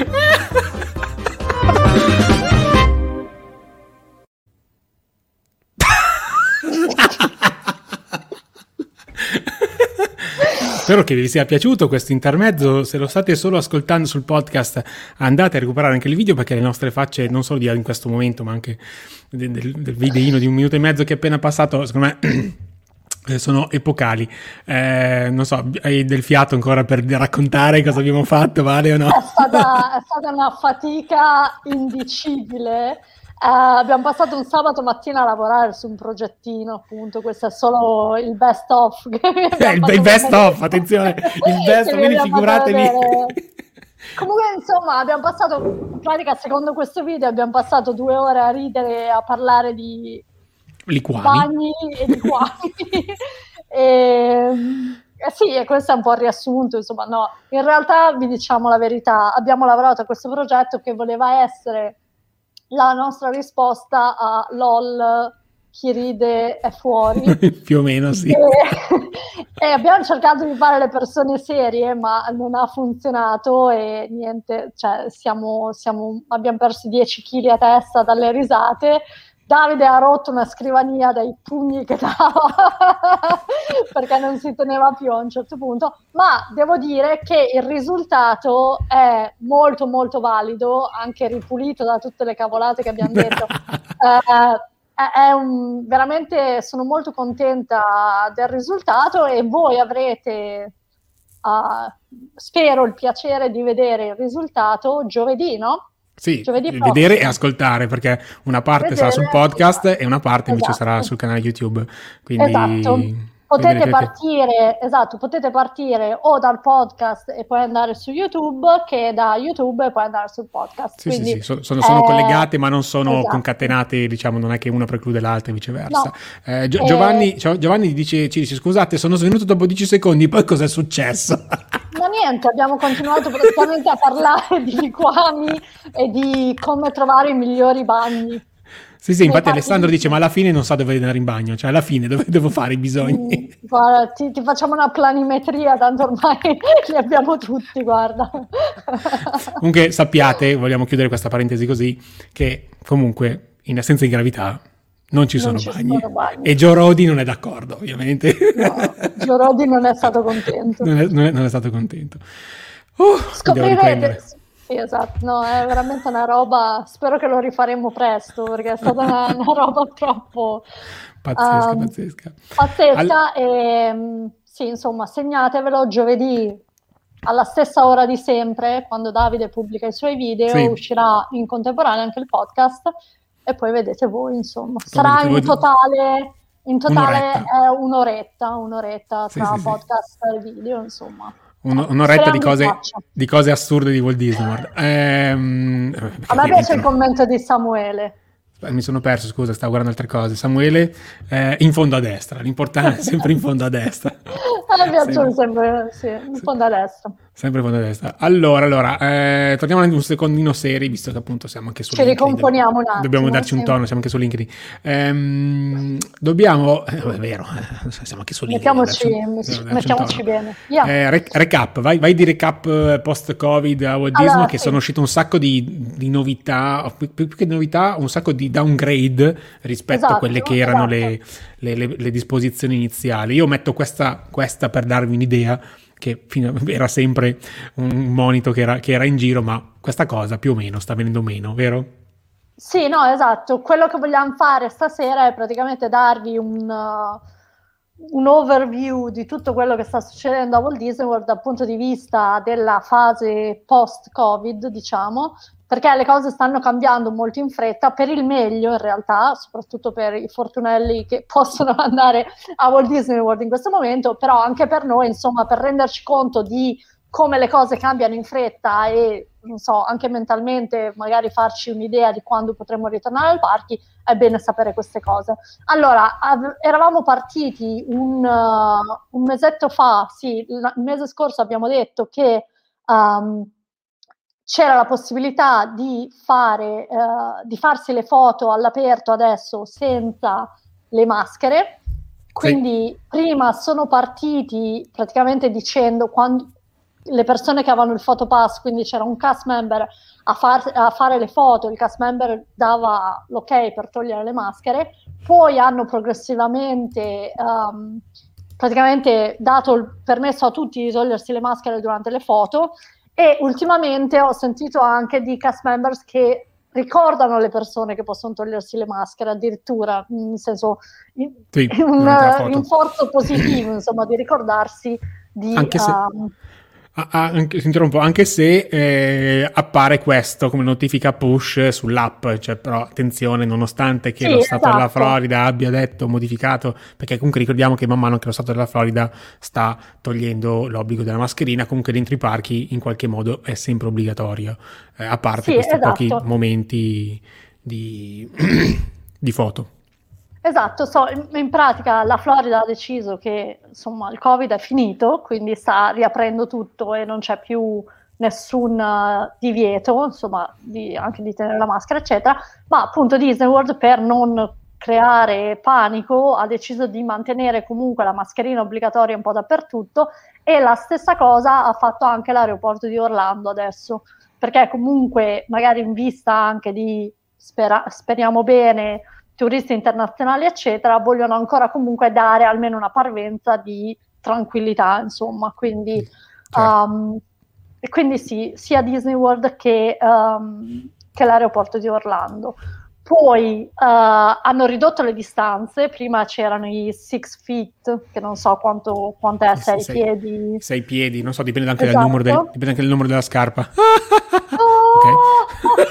spero che vi sia piaciuto questo intermezzo. Se lo state solo ascoltando sul podcast, andate a recuperare anche il video, perché le nostre facce, non solo di in questo momento, ma anche del, del, del videino di un minuto e mezzo che è appena passato, secondo me sono epocali. Eh, non so, hai del fiato ancora per raccontare cosa abbiamo fatto, Vale, o no? È stata, è stata una fatica indicibile. Eh, abbiamo passato un sabato mattina a lavorare su un progettino, appunto. Questo è solo il best of. che vi Eh, abbiamo il, fatto il best vedere. of, attenzione, il best Che of, vi quindi abbiamo fatto figuratevi. vedere. Comunque, insomma, abbiamo passato, in pratica, secondo questo video, abbiamo passato due ore a ridere e a parlare di Liquami. bagni e liquami. e, eh sì, e questo è un po' il riassunto, insomma, no. In realtà, vi diciamo la verità, abbiamo lavorato a questo progetto che voleva essere la nostra risposta a LOL, chi ride è fuori. Più o meno, sì. E, e abbiamo cercato di fare le persone serie, ma non ha funzionato e niente, cioè siamo, siamo, abbiamo perso dieci chili a testa dalle risate. Davide ha rotto una scrivania dai pugni che dava perché non si teneva più a un certo punto, ma devo dire che il risultato è molto molto valido, anche ripulito da tutte le cavolate che abbiamo detto. eh, È un, veramente sono molto contenta del risultato e voi avrete, uh, spero, il piacere di vedere il risultato giovedì, no? Sì, Giovedì vedere prossimo. e ascoltare, perché una parte Vedere, sarà sul podcast esatto. e una parte invece Esatto. sarà sul canale YouTube. Quindi Esatto. Potete vedrete- partire, esatto, potete partire o dal podcast e poi andare su YouTube, che da YouTube e poi andare sul podcast. Sì, Quindi, sì, sì, sono, sono, sono eh, collegate, ma non sono esatto. concatenate, diciamo, non è che una preclude l'altra e viceversa. No. Eh, Gio- Eh, Giovanni, Gio- Giovanni dice, ci dice, scusate, sono svenuto dopo dieci secondi, poi cos'è successo? Ma niente, abbiamo continuato praticamente a parlare di liquami e di come trovare i migliori bagni. Sì, sì, infatti parchi Alessandro Disney. dice, ma alla fine non sa dove andare in bagno, cioè alla fine dove devo fare i bisogni? Mm, guarda, ti, ti facciamo una planimetria, tanto ormai li abbiamo tutti, guarda. Comunque sappiate, vogliamo chiudere questa parentesi così, che comunque in assenza di gravità non ci Non sono ci bagni. sono bagni. E Joe Rodi non è d'accordo, ovviamente. No, Joe Rodi non è stato contento. non, è, non, è, non è stato contento. Uh, devo Scoprirete, riprendere. sì, esatto, no, è veramente una roba, spero che lo rifaremo presto, perché è stata una, una roba troppo pazzesca, um, pazzesca. pazzesca. Al... E sì, insomma, segnatevelo giovedì alla stessa ora di sempre, quando Davide pubblica i suoi video, sì. uscirà in contemporanea anche il podcast e poi vedete voi, insomma. Poi Sarà in voi... totale, in totale un'oretta. È un'oretta, un'oretta sì, tra sì, podcast sì. e video, insomma. Un, un'oretta di cose, di cose assurde di Walt Disney World. Ehm, A me piace il commento di Samuele. Mi sono perso, scusa, stavo guardando altre cose. Samuele, eh, in fondo a destra, l'importante è sempre in fondo a destra. A me piacciono sempre, sì, in fondo a destra. Sempre in fondo a destra. Allora, allora eh, torniamo un secondino seri, visto che appunto siamo anche su Ci LinkedIn. ricomponiamo un attimo. Dobbiamo darci sì. un tono, siamo anche su LinkedIn. Ehm, dobbiamo, eh, è vero, eh, siamo anche su LinkedIn. Mettiamoci, darci, mettiamoci bene. Yeah. Eh, rec- recap, vai, vai di recap post-Covid a Walt Disney, allora, che sì. sono uscite un sacco di, di novità, più, più che novità, un sacco di downgrade rispetto esatto, a quelle che erano esatto. le, le, le, le disposizioni iniziali. Io metto questa, questa per darvi un'idea, che fino, era sempre un monito che era, che era in giro, ma questa cosa più o meno sta venendo meno, vero? Sì, no, esatto. Quello che vogliamo fare stasera è praticamente darvi un, uh, un overview di tutto quello che sta succedendo a Walt Disney World dal punto di vista della fase post-Covid, diciamo, perché le cose stanno cambiando molto in fretta, per il meglio in realtà, soprattutto per i fortunelli che possono andare a Walt Disney World in questo momento, però anche per noi, insomma, per renderci conto di come le cose cambiano in fretta e, non so, anche mentalmente magari farci un'idea di quando potremo ritornare ai parchi, è bene sapere queste cose. Allora, av- eravamo partiti un, uh, un mesetto fa, sì, il mese scorso abbiamo detto che um, c'era la possibilità di fare, uh, di farsi le foto all'aperto adesso senza le maschere, quindi sì. Prima sono partiti praticamente dicendo quando le persone che avevano il photopass, quindi c'era un cast member a, far, a fare le foto, il cast member dava l'ok per togliere le maschere, poi hanno progressivamente um, praticamente dato il permesso a tutti di togliersi le maschere durante le foto, e ultimamente ho sentito anche di cast members che ricordano le persone che possono togliersi le maschere, addirittura, nel senso, in, sì, un rinforzo positivo, insomma, di ricordarsi di... Anche se... Um, Ah, anche, interrompo, anche se eh, appare questo come notifica push sull'app, cioè, però attenzione, nonostante che sì, lo Stato esatto. della Florida abbia detto, modificato, perché comunque ricordiamo che man mano che lo Stato della Florida sta togliendo l'obbligo della mascherina, comunque dentro i parchi in qualche modo è sempre obbligatorio, eh, a parte sì, questi esatto. pochi momenti di, di foto. Esatto, so, in, in pratica la Florida ha deciso che insomma il Covid è finito, quindi sta riaprendo tutto e non c'è più nessun uh, divieto, insomma, di, anche di tenere la maschera, eccetera, ma appunto Disney World, per non creare panico, ha deciso di mantenere comunque la mascherina obbligatoria un po' dappertutto, e la stessa cosa ha fatto anche l'aeroporto di Orlando adesso, perché comunque magari in vista anche di, spera, speriamo bene, turisti internazionali eccetera, vogliono ancora comunque dare almeno una parvenza di tranquillità, insomma, quindi certo. um, e quindi sì, sia Disney World che, um, che l'aeroporto di Orlando. Poi uh, hanno ridotto le distanze, prima c'erano i six feet, che non so quanto, quanto è, sei, sei piedi. Sei piedi, non so, dipende anche, esatto. dal numero del, dipende anche dal numero della scarpa. Oh! Ok.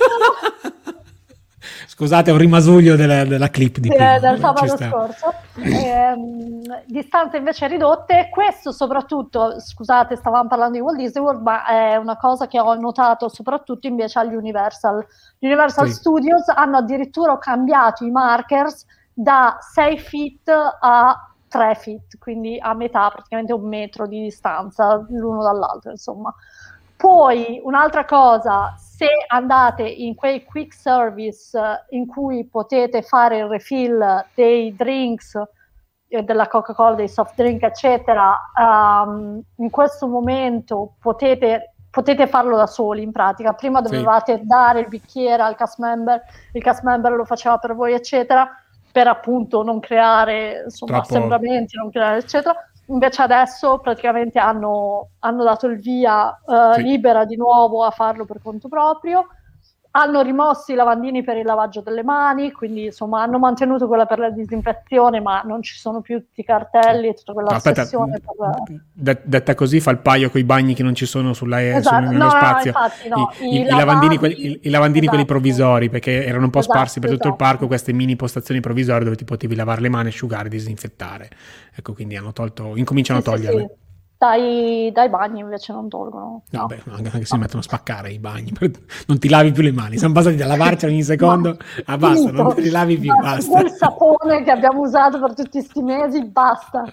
Scusate, è un rimasuglio della, della clip di sì, prima. Del sabato scorso. Ehm, distanze invece ridotte, questo soprattutto, scusate, stavamo parlando di Walt Disney World, ma è una cosa che ho notato soprattutto invece agli Universal. Gli Universal sì. Studios hanno addirittura cambiato i markers da sei feet a tre feet, quindi a metà, praticamente un metro di distanza l'uno dall'altro, insomma. Poi un'altra cosa, se andate in quei quick service in cui potete fare il refill dei drinks, della Coca-Cola, dei soft drink, eccetera, um, in questo momento potete, potete farlo da soli in pratica. Prima dovevate sì. dare il bicchiere al cast member, il cast member lo faceva per voi, eccetera, per appunto non creare insomma Troppo... assembramenti, non creare eccetera. Invece adesso praticamente hanno, hanno dato il via uh, sì. libera di nuovo a farlo per conto proprio. Hanno rimosso i lavandini per il lavaggio delle mani, quindi insomma hanno mantenuto quella per la disinfezione, ma non ci sono più tutti i cartelli e tutta quella no, sessione. Per... Detta così fa il paio con i bagni che non ci sono sulla esatto. nello no, spazio. No, infatti, no. I, I, i, lavandini, lavandini, quelli, i, i lavandini esatto. quelli provvisori, perché erano un po' esatto, sparsi per tutto esatto. il parco queste mini postazioni provvisorie dove ti potevi lavare le mani, asciugare, disinfettare. Ecco, quindi hanno tolto, incominciano sì, a toglierle. Sì, sì. Dai, dai bagni invece non tolgono. No, no. Beh, anche se no. mettono a spaccare i bagni, non ti lavi più le mani, siamo passati da lavarci ogni secondo, ah basta, finito. Non te li lavi più, basta. Quel sapone che abbiamo usato per tutti questi mesi, basta.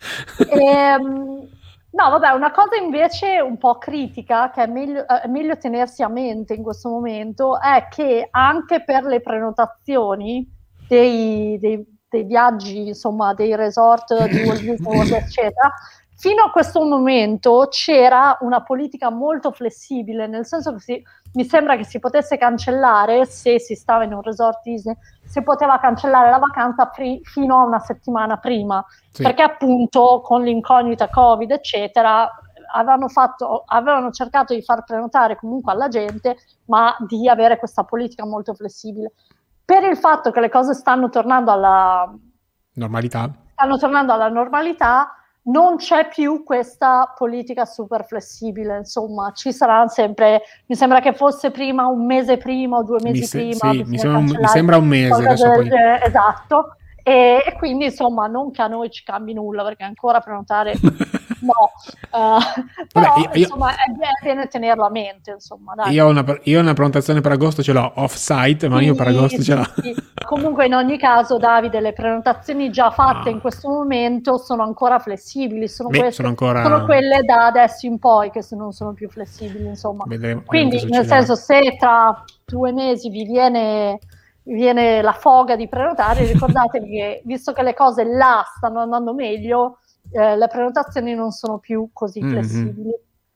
E, no, vabbè, una cosa invece un po' critica, che è meglio, è meglio tenersi a mente in questo momento, è che anche per le prenotazioni dei, dei, dei viaggi, insomma, dei resort di Walt Disney World, eccetera, fino a questo momento c'era una politica molto flessibile, nel senso che si, mi sembra che si potesse cancellare, se si stava in un resort Disney, si poteva cancellare la vacanza pri- fino a una settimana prima, sì. perché appunto con l'incognita Covid, eccetera, avevano, fatto, avevano cercato di far prenotare comunque alla gente, ma di avere questa politica molto flessibile. Per il fatto che le cose stanno tornando alla normalità, stanno tornando alla normalità, non c'è più questa politica super flessibile, insomma, ci saranno sempre, mi sembra che fosse prima un mese prima o due mesi mi se, prima. Sì, mi sembra, un, mi sembra un mese. Adesso poi... Esatto, e, e quindi insomma non che a noi ci cambi nulla, perché ancora prenotare no, uh, però Vabbè, io, insomma è bene tenerlo a mente, insomma. Dai. Io, ho una, io ho una prenotazione per agosto, ce l'ho off-site, ma sì, io per agosto sì, ce l'ho. Sì. Comunque in ogni caso, Davide, le prenotazioni già fatte ah. in questo momento sono ancora flessibili, sono, Beh, queste, sono, ancora... sono quelle da adesso in poi che non sono più flessibili, insomma. Vedremo, Quindi vedremo nel senso, se tra due mesi vi viene... viene la foga di prenotare, ricordatevi che visto che le cose là stanno andando meglio, eh, le prenotazioni non sono più così mm-hmm. flessibili.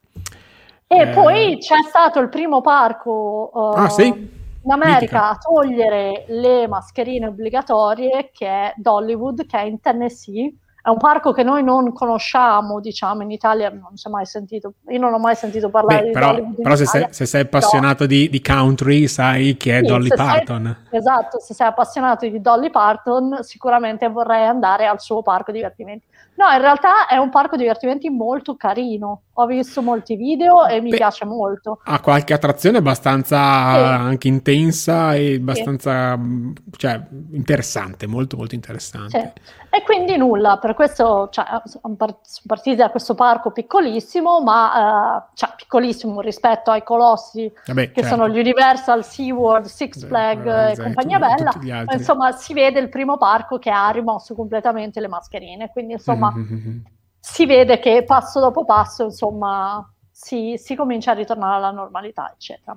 E eh... poi c'è stato il primo parco uh, ah, sì? in America Mitica. a togliere le mascherine obbligatorie, che è Dollywood, che è in Tennessee. È un parco che noi non conosciamo, diciamo, in Italia non si è mai sentito, io non ho mai sentito parlare Beh, di però, Dollywood in però se Italia. sei, se sei appassionato no. di, di country sai che è sì, Dolly Parton. Sei, esatto, se sei appassionato di Dolly Parton sicuramente vorrei andare al suo parco divertimenti. No, in realtà è un parco divertimenti molto carino, ho visto molti video e mi Beh, piace molto. Ha qualche attrazione abbastanza sì. anche intensa e abbastanza sì. cioè, interessante, molto molto interessante. Sì. E quindi nulla, per questo cioè, sono partiti da questo parco piccolissimo, ma uh, cioè, piccolissimo rispetto ai colossi Vabbè, che certo. sono l'Universal, SeaWorld, Six Flags eh, e compagnia bella. Ma, insomma, si vede il primo parco che ha rimosso completamente le mascherine, quindi insomma mm-hmm. si vede che passo dopo passo insomma si, si comincia a ritornare alla normalità, eccetera.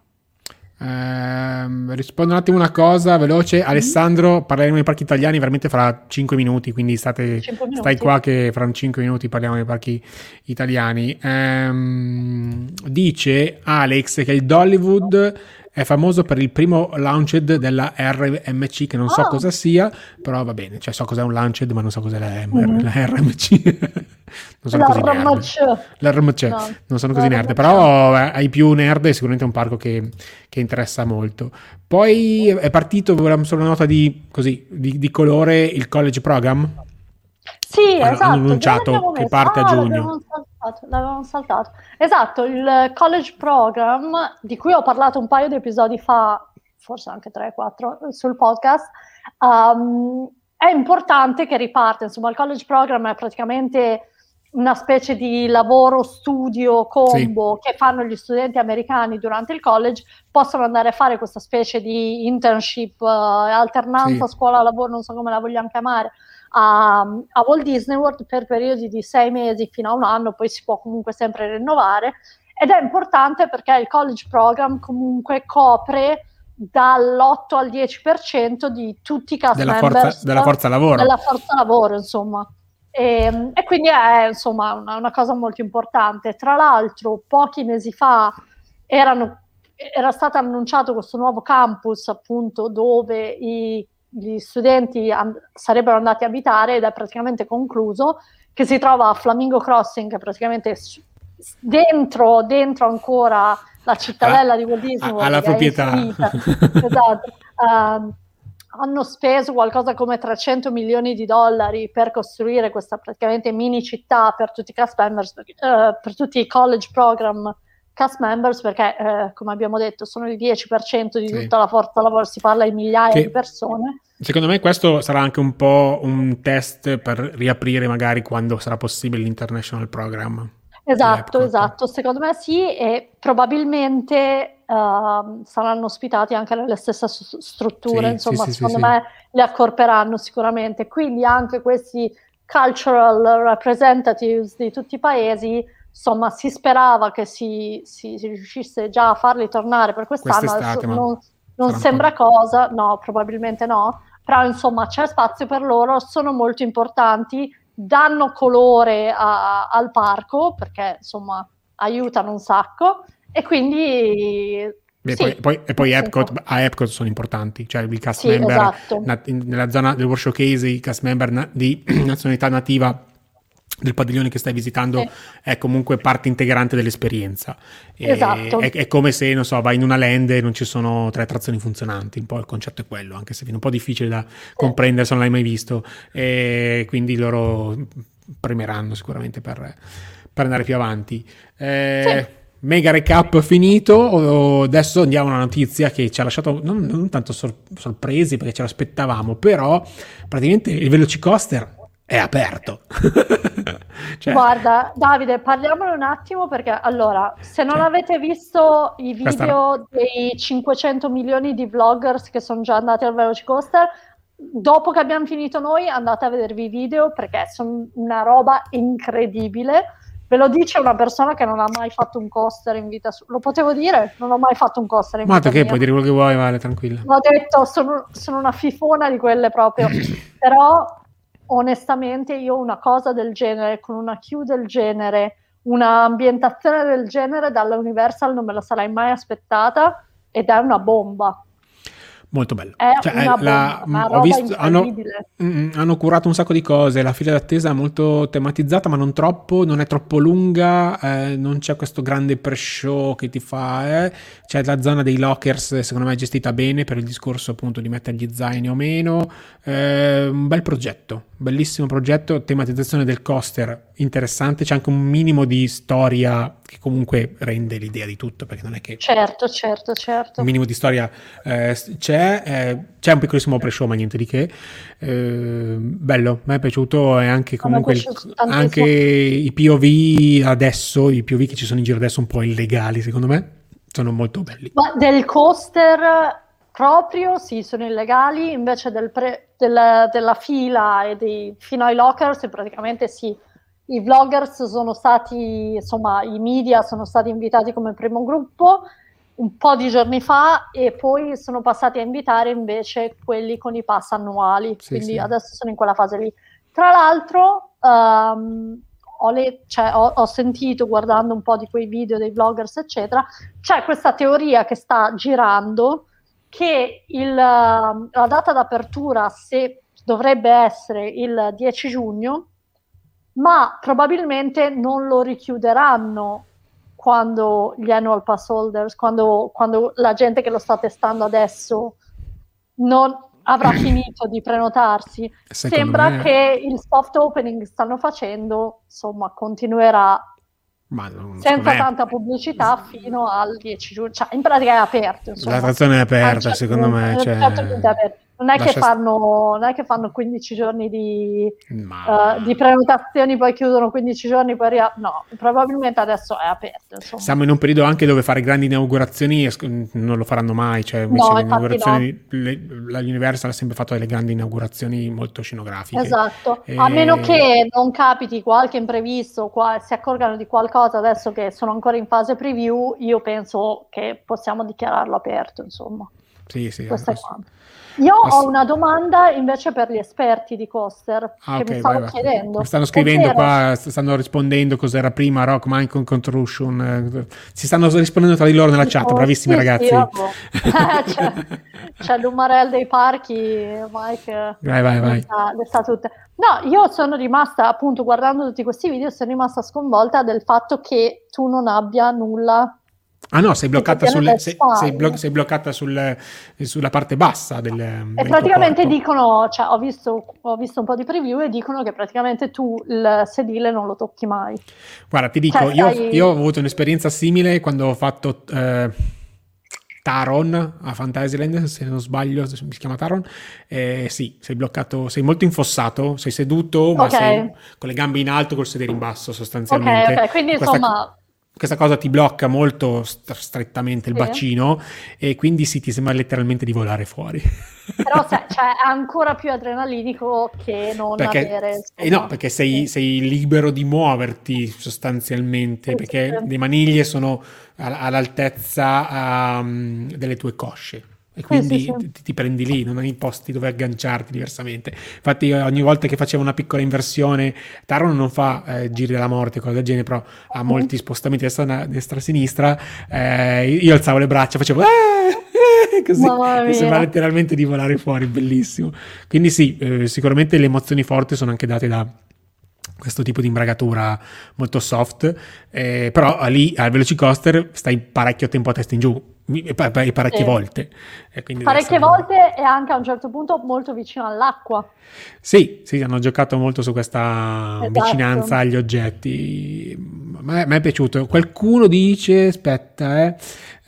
Eh, rispondo un attimo una cosa veloce. Mm-hmm. Alessandro, parleremo dei parchi italiani veramente fra cinque minuti, quindi state, minuti. stai qua che fra cinque minuti parliamo dei parchi italiani. Eh, dice Alex che il Dollywood è famoso per il primo launched della R M C, che non so oh. cosa sia, però va bene, cioè so cos'è un launched, ma non so cos'è la, M- mm-hmm. la R M C. Non sono così nerd. L'R M C, no, non sono così nerd, però eh, ai più nerd è sicuramente un parco che, che interessa molto. Poi è partito, volevamo solo una nota di, così, di, di colore, il college program. Sì, hanno, esatto. Hanno annunciato che parte ah, a giugno. L'avevamo saltato, l'avevamo saltato. Esatto, il college program, di cui ho parlato un paio di episodi fa, forse anche tre quattro, sul podcast, um, è importante che riparte. Insomma, il college program è praticamente una specie di lavoro studio combo sì. che fanno gli studenti americani durante il college, possono andare a fare questa specie di internship, uh, alternanza sì. scuola-lavoro, non so come la vogliamo chiamare, a, a Walt Disney World per periodi di sei mesi fino a un anno, poi si può comunque sempre rinnovare, ed è importante perché il college program comunque copre dall'otto al dieci per cento di tutti i cast della members forza, della forza lavoro. Della forza lavoro, insomma. E, e quindi è insomma una, una cosa molto importante. Tra l'altro, pochi mesi fa erano, era stato annunciato questo nuovo campus, appunto, dove i, gli studenti and- sarebbero andati a abitare, ed è praticamente concluso, che si trova a Flamingo Crossing, praticamente su- dentro, dentro ancora la cittadella Ah, di Walt Disney World, alla che è proprietà. infinita. Esatto. Uh, hanno speso qualcosa come trecento milioni di dollari per costruire questa praticamente mini città per tutti i cast members, uh, per tutti i college program cast members, perché uh, come abbiamo detto sono il dieci per cento di Sì. tutta la forza lavoro, si parla di migliaia Che, di persone. secondo me questo sarà anche un po' un test per riaprire magari quando sarà possibile l'International Program. Esatto, esatto, secondo me sì, e probabilmente uh, saranno ospitati anche nelle stesse s- strutture, Sì, insomma, sì, sì, secondo sì, me sì. Li accorperanno sicuramente, quindi anche questi cultural representatives di tutti i paesi, insomma, si sperava che si, si, si riuscisse già a farli tornare per quest'anno. quest'estate, Adesso ma non, non sembra cosa, no, probabilmente no, però insomma c'è spazio per loro, sono molto importanti, danno colore a, al parco, perché insomma aiutano un sacco, e quindi Beh, sì, poi, poi, e poi Epcot, a Epcot sono importanti, cioè i cast sì, member esatto. nat- nella zona del World Showcase, i cast member na- di nazionalità nativa del padiglione che stai visitando, sì, è comunque parte integrante dell'esperienza. E esatto. È, è come se, non so, vai in una land e non ci sono tre attrazioni funzionanti, un po' il concetto è quello, anche se viene un po' difficile da sì. comprendere se non l'hai mai visto, e quindi loro premeranno sicuramente per, per andare più avanti. Eh, sì. Mega recap finito, adesso andiamo a una notizia che ci ha lasciato non, non tanto sor- sorpresi perché ce l'aspettavamo, però praticamente il Velocicoaster è aperto. Cioè, guarda, Davide, parliamone un attimo, perché allora, se non cioè, avete visto i video questa... dei cinquecento milioni di vloggers che sono già andati al Velocicoaster, dopo che abbiamo finito noi andate a vedervi i video, perché sono una roba incredibile. Ve lo dice una persona che non ha mai fatto un coaster in vita sua. Lo potevo dire? Non ho mai fatto un coaster in ma vita che mia. Puoi dire quello che vuoi, Vale, tranquilla. Ho detto, sono, sono una fifona di quelle proprio. Però, onestamente, io una cosa del genere, con una queue del genere, una ambientazione del genere, dalla Universal non me la sarei mai aspettata, ed è una bomba. Molto bello. È cioè, una la, bomba, una ho roba visto, hanno, incredibile. mh, hanno curato un sacco di cose, la fila d'attesa è molto tematizzata, ma non troppo, non è troppo lunga, eh, non c'è questo grande pre-show che ti fa, eh. C'è la zona dei lockers, secondo me è gestita bene per il discorso appunto di mettere gli zaini o meno, eh, un bel progetto, bellissimo progetto, tematizzazione del coaster interessante, c'è anche un minimo di storia che comunque rende l'idea di tutto, perché non è che... Certo, certo, certo. Un minimo di storia eh, c'è, eh, c'è un piccolissimo pre-show, ma niente di che. Eh, bello, mi è piaciuto, e anche comunque il, anche i P O V adesso, i P O V che ci sono in giro adesso un po' illegali, secondo me, sono molto belli. Ma del coaster proprio, sì, sono illegali, invece del pre, del, della fila e dei, fino ai lockers, praticamente sì. I vloggers sono stati, insomma, i media sono stati invitati come primo gruppo un po' di giorni fa, e poi sono passati a invitare invece quelli con i pass annuali, sì, quindi sì. Adesso sono in quella fase lì. Tra l'altro um, ho, le, cioè, ho, ho sentito, guardando un po' di quei video dei vloggers eccetera, c'è questa teoria che sta girando che il, la data d'apertura se dovrebbe essere il dieci giugno, ma probabilmente non lo richiuderanno quando gli annual pass holders, quando, quando la gente che lo sta testando adesso non avrà finito di prenotarsi. Secondo Sembra me... che il soft opening che stanno facendo, insomma, continuerà ma non, senza tanta pubblicità fino al dieci giugno, cioè in pratica è aperto. Insomma. La trazione è aperta, secondo me. Cioè... Certo, è aperto. Non è, che Lascia... fanno, non è che fanno quindici giorni di, Ma... uh, di prenotazioni, poi chiudono quindici giorni, poi ria... no, probabilmente adesso è aperto. Insomma. Siamo in un periodo anche dove fare grandi inaugurazioni non lo faranno mai, cioè invece no, le inaugurazioni, no. le, la Universal ha sempre fatto delle grandi inaugurazioni molto scenografiche. Esatto, e... a meno che non capiti qualche imprevisto, qua, si accorgano di qualcosa adesso che sono ancora in fase preview, io penso che possiamo dichiararlo aperto, insomma. Sì, sì. Questo ass- è quanto. Io ass- ho una domanda invece per gli esperti di Coaster, ah, che okay, mi stavo vai, vai. chiedendo. Mi stanno scrivendo ovvero... qua, stanno rispondendo cos'era prima Rock Mine Contortion, si stanno rispondendo tra di loro nella chat, bravissimi sì, ragazzi. Sì, c'è, c'è l'Umarell dei parchi, Mike vai, vai, vai. Le, sa, le sa tutte. No, io sono rimasta, appunto, guardando tutti questi video, sono rimasta sconvolta del fatto che tu non abbia nulla. Ah no, sei bloccata, sulle, sei, sei, blo- sei bloccata sul, sulla parte bassa del, e del praticamente dicono, cioè ho visto, ho visto un po' di preview e dicono che praticamente tu il sedile non lo tocchi mai. Guarda, ti dico, cioè, io, sei... io ho avuto un'esperienza simile quando ho fatto eh, Taron a Fantasyland, se non sbaglio si chiama Taron. Eh, sì, sei bloccato, sei molto infossato, sei seduto ma okay. sei con le gambe in alto col sedere in basso sostanzialmente. Ok, ok, quindi Questa, insomma... Questa cosa ti blocca molto st- strettamente il sì. bacino e quindi sì, ti sembra letteralmente di volare fuori. Però se, cioè, è ancora più adrenalinico che non perché, avere... eh no, perché sei, sì. sei libero di muoverti sostanzialmente, sì, perché sì. le maniglie sono all'altezza um, delle tue cosce. E quindi sì, sì, sì. Ti, ti prendi lì, non hai posti dove agganciarti diversamente. Infatti ogni volta che facevo una piccola inversione, Taron non fa eh, giri della morte, cose del genere, però ha molti spostamenti destra, destra sinistra, eh, io alzavo le braccia, facevo eh, così, mi sembra letteralmente di volare fuori, bellissimo. Quindi sì, eh, sicuramente le emozioni forti sono anche date da questo tipo di imbragatura molto soft, eh, però lì al Velocicoaster stai parecchio tempo a testa in giù, parecchie sì. volte. E quindi parecchie volte e anche a un certo punto molto vicino all'acqua. Sì, sì, hanno giocato molto su questa esatto. vicinanza agli oggetti. A me, a me è piaciuto. Qualcuno dice, aspetta, eh,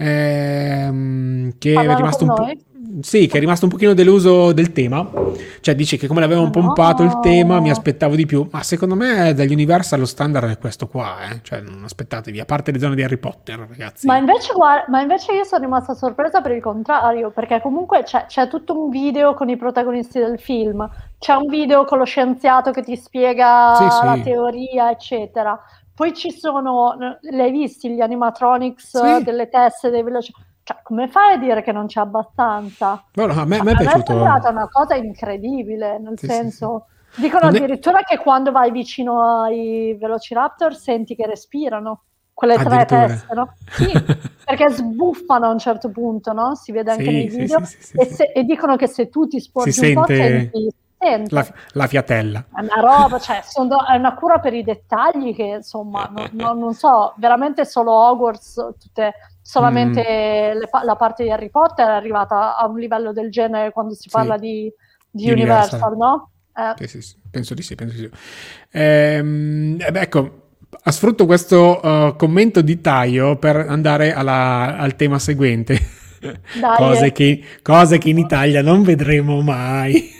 ehm, che Parlano è rimasto un po'... noi? Sì, che è rimasto un pochino deluso del tema, cioè dice che come l'avevano no. pompato il tema mi aspettavo di più, ma secondo me dagli Universal lo standard è questo qua, eh? Cioè non aspettatevi, a parte le zone di Harry Potter, ragazzi. Ma invece, guarda, ma invece io sono rimasta sorpresa per il contrario, perché comunque c'è, c'è tutto un video con i protagonisti del film, c'è un video con lo scienziato che ti spiega sì, sì. la teoria, eccetera. Poi ci sono, l'hai visti gli animatronics sì. delle teste dei veloci... Cioè, come fai a dire che non c'è abbastanza? No, no, a me, cioè, a me è piaciuto. è sembrata una cosa incredibile, nel sì, senso... Sì, sì. Dicono non addirittura è... che quando vai vicino ai Velociraptor senti che respirano, quelle tre teste, no? Sì, perché sbuffano a un certo punto, no? Si vede anche sì, nei video, sì, sì, sì, e, sì. se, e dicono che se tu ti sporgi si un po' sente... senti... La, la fiatella. È una roba, cioè sono, è una cura per i dettagli che insomma non, non, non so, veramente solo Hogwarts, tutte, solamente mm. le, la parte di Harry Potter è arrivata a un livello del genere quando si parla sì. di, di Universal, Universal, no? Eh. Sì, sì, penso di sì, penso di sì. Ehm, ecco, sfrutto questo uh, commento di Taio per andare alla, al tema seguente. Dai, cose, eh. che, cose che in Italia non vedremo mai.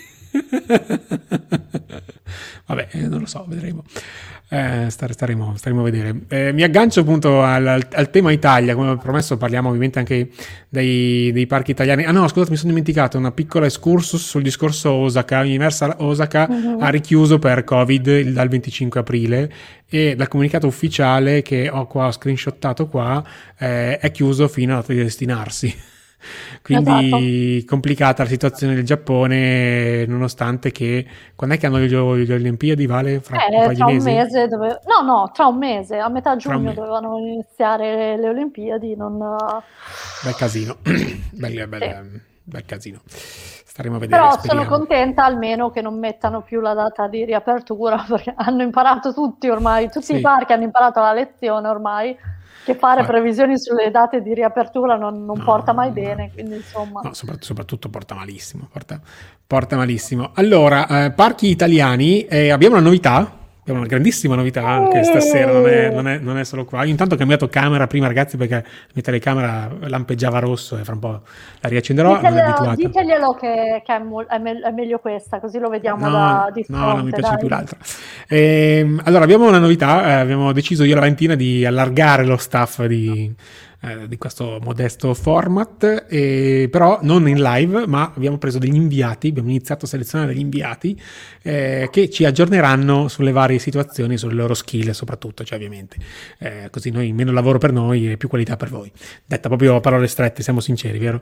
Vabbè, non lo so, vedremo. Eh, staremo, staremo a vedere. Eh, mi aggancio appunto al, al, al tema Italia, come ho promesso parliamo ovviamente anche dei, dei parchi italiani. Ah no, scusate, mi sono dimenticato una piccola excursus sul discorso Osaka. Universal Osaka uh-huh. ha richiuso per Covid il, dal venticinque aprile e dal comunicato ufficiale che ho qua ho screenshottato qua eh, è chiuso fino a data di destinarsi. Quindi esatto. complicata la situazione del Giappone, nonostante che quando è che hanno le, le Olimpiadi, Vale? Fra eh, un paio tra di un mesi? mese dove... no no tra un mese a metà giugno dovevano iniziare le Olimpiadi, non... bel casino bel, bel, sì. bel casino, staremo a vedere. Però speriamo. Sono contenta almeno che non mettano più la data di riapertura, perché hanno imparato tutti ormai, tutti sì. i parchi hanno imparato la lezione ormai, che fare ah. previsioni sulle date di riapertura non, non no, porta mai no, bene, quindi insomma... No, soprattutto, soprattutto porta malissimo, porta, porta malissimo. Allora, eh, parchi italiani, eh, abbiamo una novità, Abbiamo una grandissima novità anche stasera, non è, non, è, non è solo qua. Io intanto ho cambiato camera prima, ragazzi, perché la mia telecamera lampeggiava rosso e fra un po' la riaccenderò. Diteglielo, diteglielo che, che è, mo- è, me- è meglio questa, così lo vediamo no, da di fronte. No, non mi piace dai. più l'altra. E, allora, abbiamo una novità, eh, abbiamo deciso io e la Valentina di allargare lo staff di... Eh, di questo modesto format, eh, però non in live, ma abbiamo preso degli inviati, abbiamo iniziato a selezionare degli inviati eh, che ci aggiorneranno sulle varie situazioni, sulle loro skill soprattutto, cioè ovviamente eh, così noi meno lavoro per noi e più qualità per voi. Detta proprio a parole strette, siamo sinceri, vero?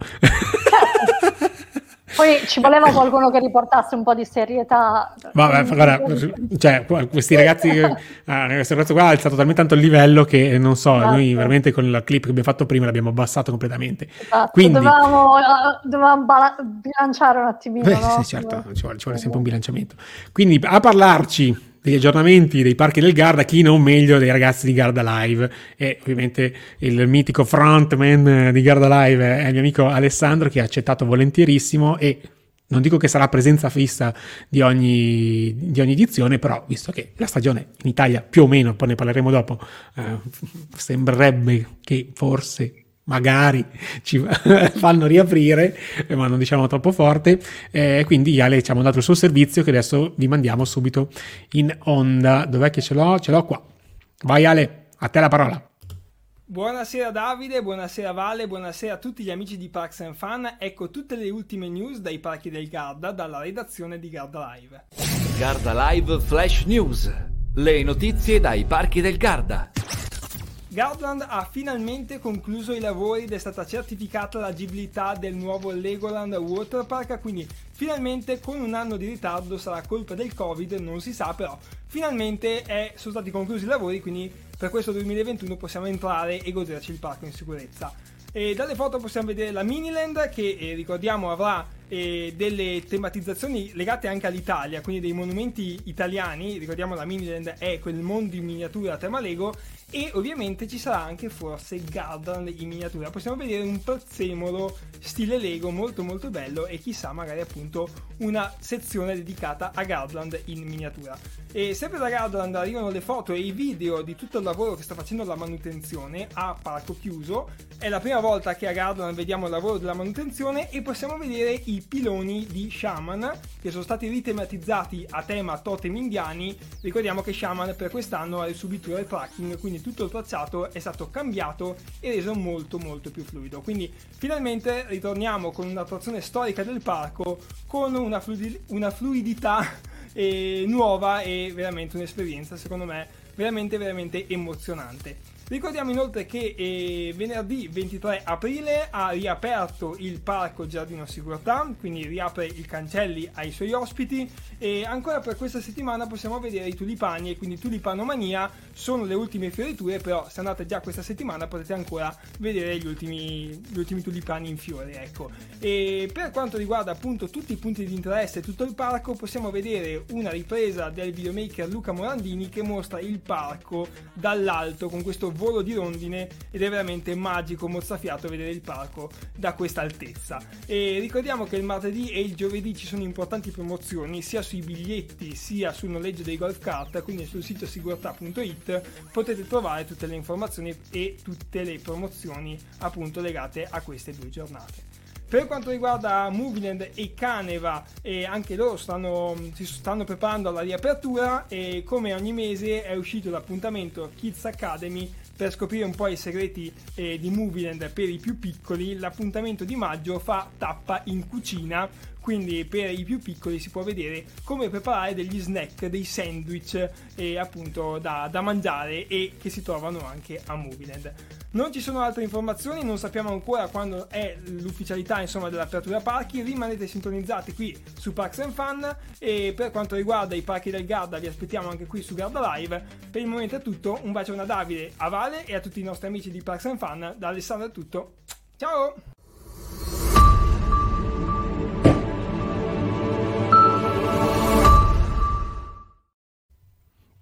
Poi ci voleva qualcuno che riportasse un po' di serietà. Vabbè, guarda, cioè, questi ragazzi, ah, questo ragazzo qua ha alzato talmente tanto il livello che non so, esatto. Noi veramente con la clip che abbiamo fatto prima l'abbiamo abbassato completamente. Esatto. Quindi dovevamo, dovevamo bala- bilanciare un attimino. Beh, no? Sì, certo, ci vuole, ci vuole sempre un bilanciamento. Quindi a parlarci degli aggiornamenti dei parchi del Garda, chi non meglio dei ragazzi di Garda Live, e ovviamente il mitico frontman di Garda Live è il mio amico Alessandro, che ha accettato volentierissimo, e non dico che sarà presenza fissa di ogni, di ogni edizione, però visto che la stagione in Italia più o meno, poi ne parleremo dopo, eh, sembrerebbe che forse magari ci fanno riaprire, ma non diciamo troppo forte, eh, quindi Ale ci ha mandato il suo servizio che adesso vi mandiamo subito in onda. Dov'è che ce l'ho? Ce l'ho qua. Vai Ale, a te la parola. Buonasera Davide, buonasera Vale, buonasera a tutti gli amici di Parks and Fun. Ecco tutte le ultime news dai parchi del Garda, dalla redazione di Garda Live. Garda Live Flash News, le notizie dai parchi del Garda. Gardaland ha finalmente concluso i lavori ed è stata certificata l'agibilità del nuovo Legoland Water Park, quindi finalmente con un anno di ritardo, sarà colpa del Covid, non si sa, però finalmente è, sono stati conclusi i lavori, quindi per questo duemilaventuno possiamo entrare e goderci il parco in sicurezza. E dalle foto possiamo vedere la Miniland che eh, ricordiamo avrà eh, delle tematizzazioni legate anche all'Italia, quindi dei monumenti italiani. Ricordiamo la Miniland è quel mondo in miniatura a tema Lego, e ovviamente ci sarà anche forse Gardaland in miniatura. Possiamo vedere un prezzemolo stile Lego molto molto bello, e chissà magari appunto una sezione dedicata a Gardaland in miniatura. E sempre da Gardaland arrivano le foto e i video di tutto il lavoro che sta facendo la manutenzione a parco chiuso. È la prima volta che a Gardaland vediamo il lavoro della manutenzione, e possiamo vedere i piloni di Shaman che sono stati ritematizzati a tema totem indiani. Ricordiamo che Shaman per quest'anno ha il subito tracking, quindi tutto il tracciato è stato cambiato e reso molto molto più fluido. Quindi finalmente ritorniamo con un'attrazione storica del parco, con una, fluidi- una fluidità eh, nuova, e veramente un'esperienza secondo me veramente veramente emozionante. Ricordiamo inoltre che eh, venerdì ventitré aprile ha riaperto il parco Giardino Sigurtà, quindi riapre i cancelli ai suoi ospiti, e ancora per questa settimana possiamo vedere i tulipani, e quindi Tulipanomania sono le ultime fioriture, però se andate già questa settimana potete ancora vedere gli ultimi, gli ultimi tulipani in fiore, ecco. E per quanto riguarda appunto tutti i punti di interesse e tutto il parco, possiamo vedere una ripresa del videomaker Luca Morandini che mostra il parco dall'alto con questo volo di rondine, ed è veramente magico, mozzafiato vedere il parco da questa altezza. E ricordiamo che il martedì e il giovedì ci sono importanti promozioni sia sui biglietti sia sul noleggio dei golf cart, quindi sul sito sigurtà punto it potete trovare tutte le informazioni e tutte le promozioni appunto legate a queste due giornate. Per quanto riguarda Movieland e Caneva, eh, anche loro stanno, si stanno preparando alla riapertura, e come ogni mese è uscito l'appuntamento Kids Academy per scoprire un po' i segreti eh, di Movieland per i più piccoli. L'appuntamento di maggio fa tappa in cucina, quindi per i più piccoli si può vedere come preparare degli snack, dei sandwich eh, appunto da, da mangiare, e che si trovano anche a Movieland. Non ci sono altre informazioni, non sappiamo ancora quando è l'ufficialità insomma dell'apertura parchi. Rimanete sintonizzati qui su Parks and Fun, e per quanto riguarda i parchi del Garda vi aspettiamo anche qui su Garda Live. Per il momento è tutto, un bacio da Davide, a Vale e a tutti i nostri amici di Parks and Fun. Da Alessandro è tutto, ciao!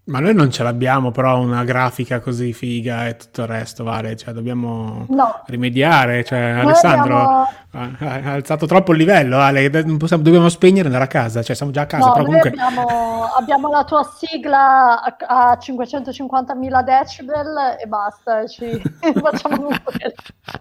Ma noi non ce l'abbiamo però una grafica così figa e tutto il resto, Vale, cioè dobbiamo No. rimediare, cioè Noi Alessandro abbiamo- ha, ha alzato troppo il livello, Ale, non possiamo- dobbiamo spegnere e andare a casa, cioè siamo già a casa, No, però noi comunque... abbiamo, abbiamo la tua sigla a, a cinquecentocinquantamila decibel e basta, ci facciamo nulla.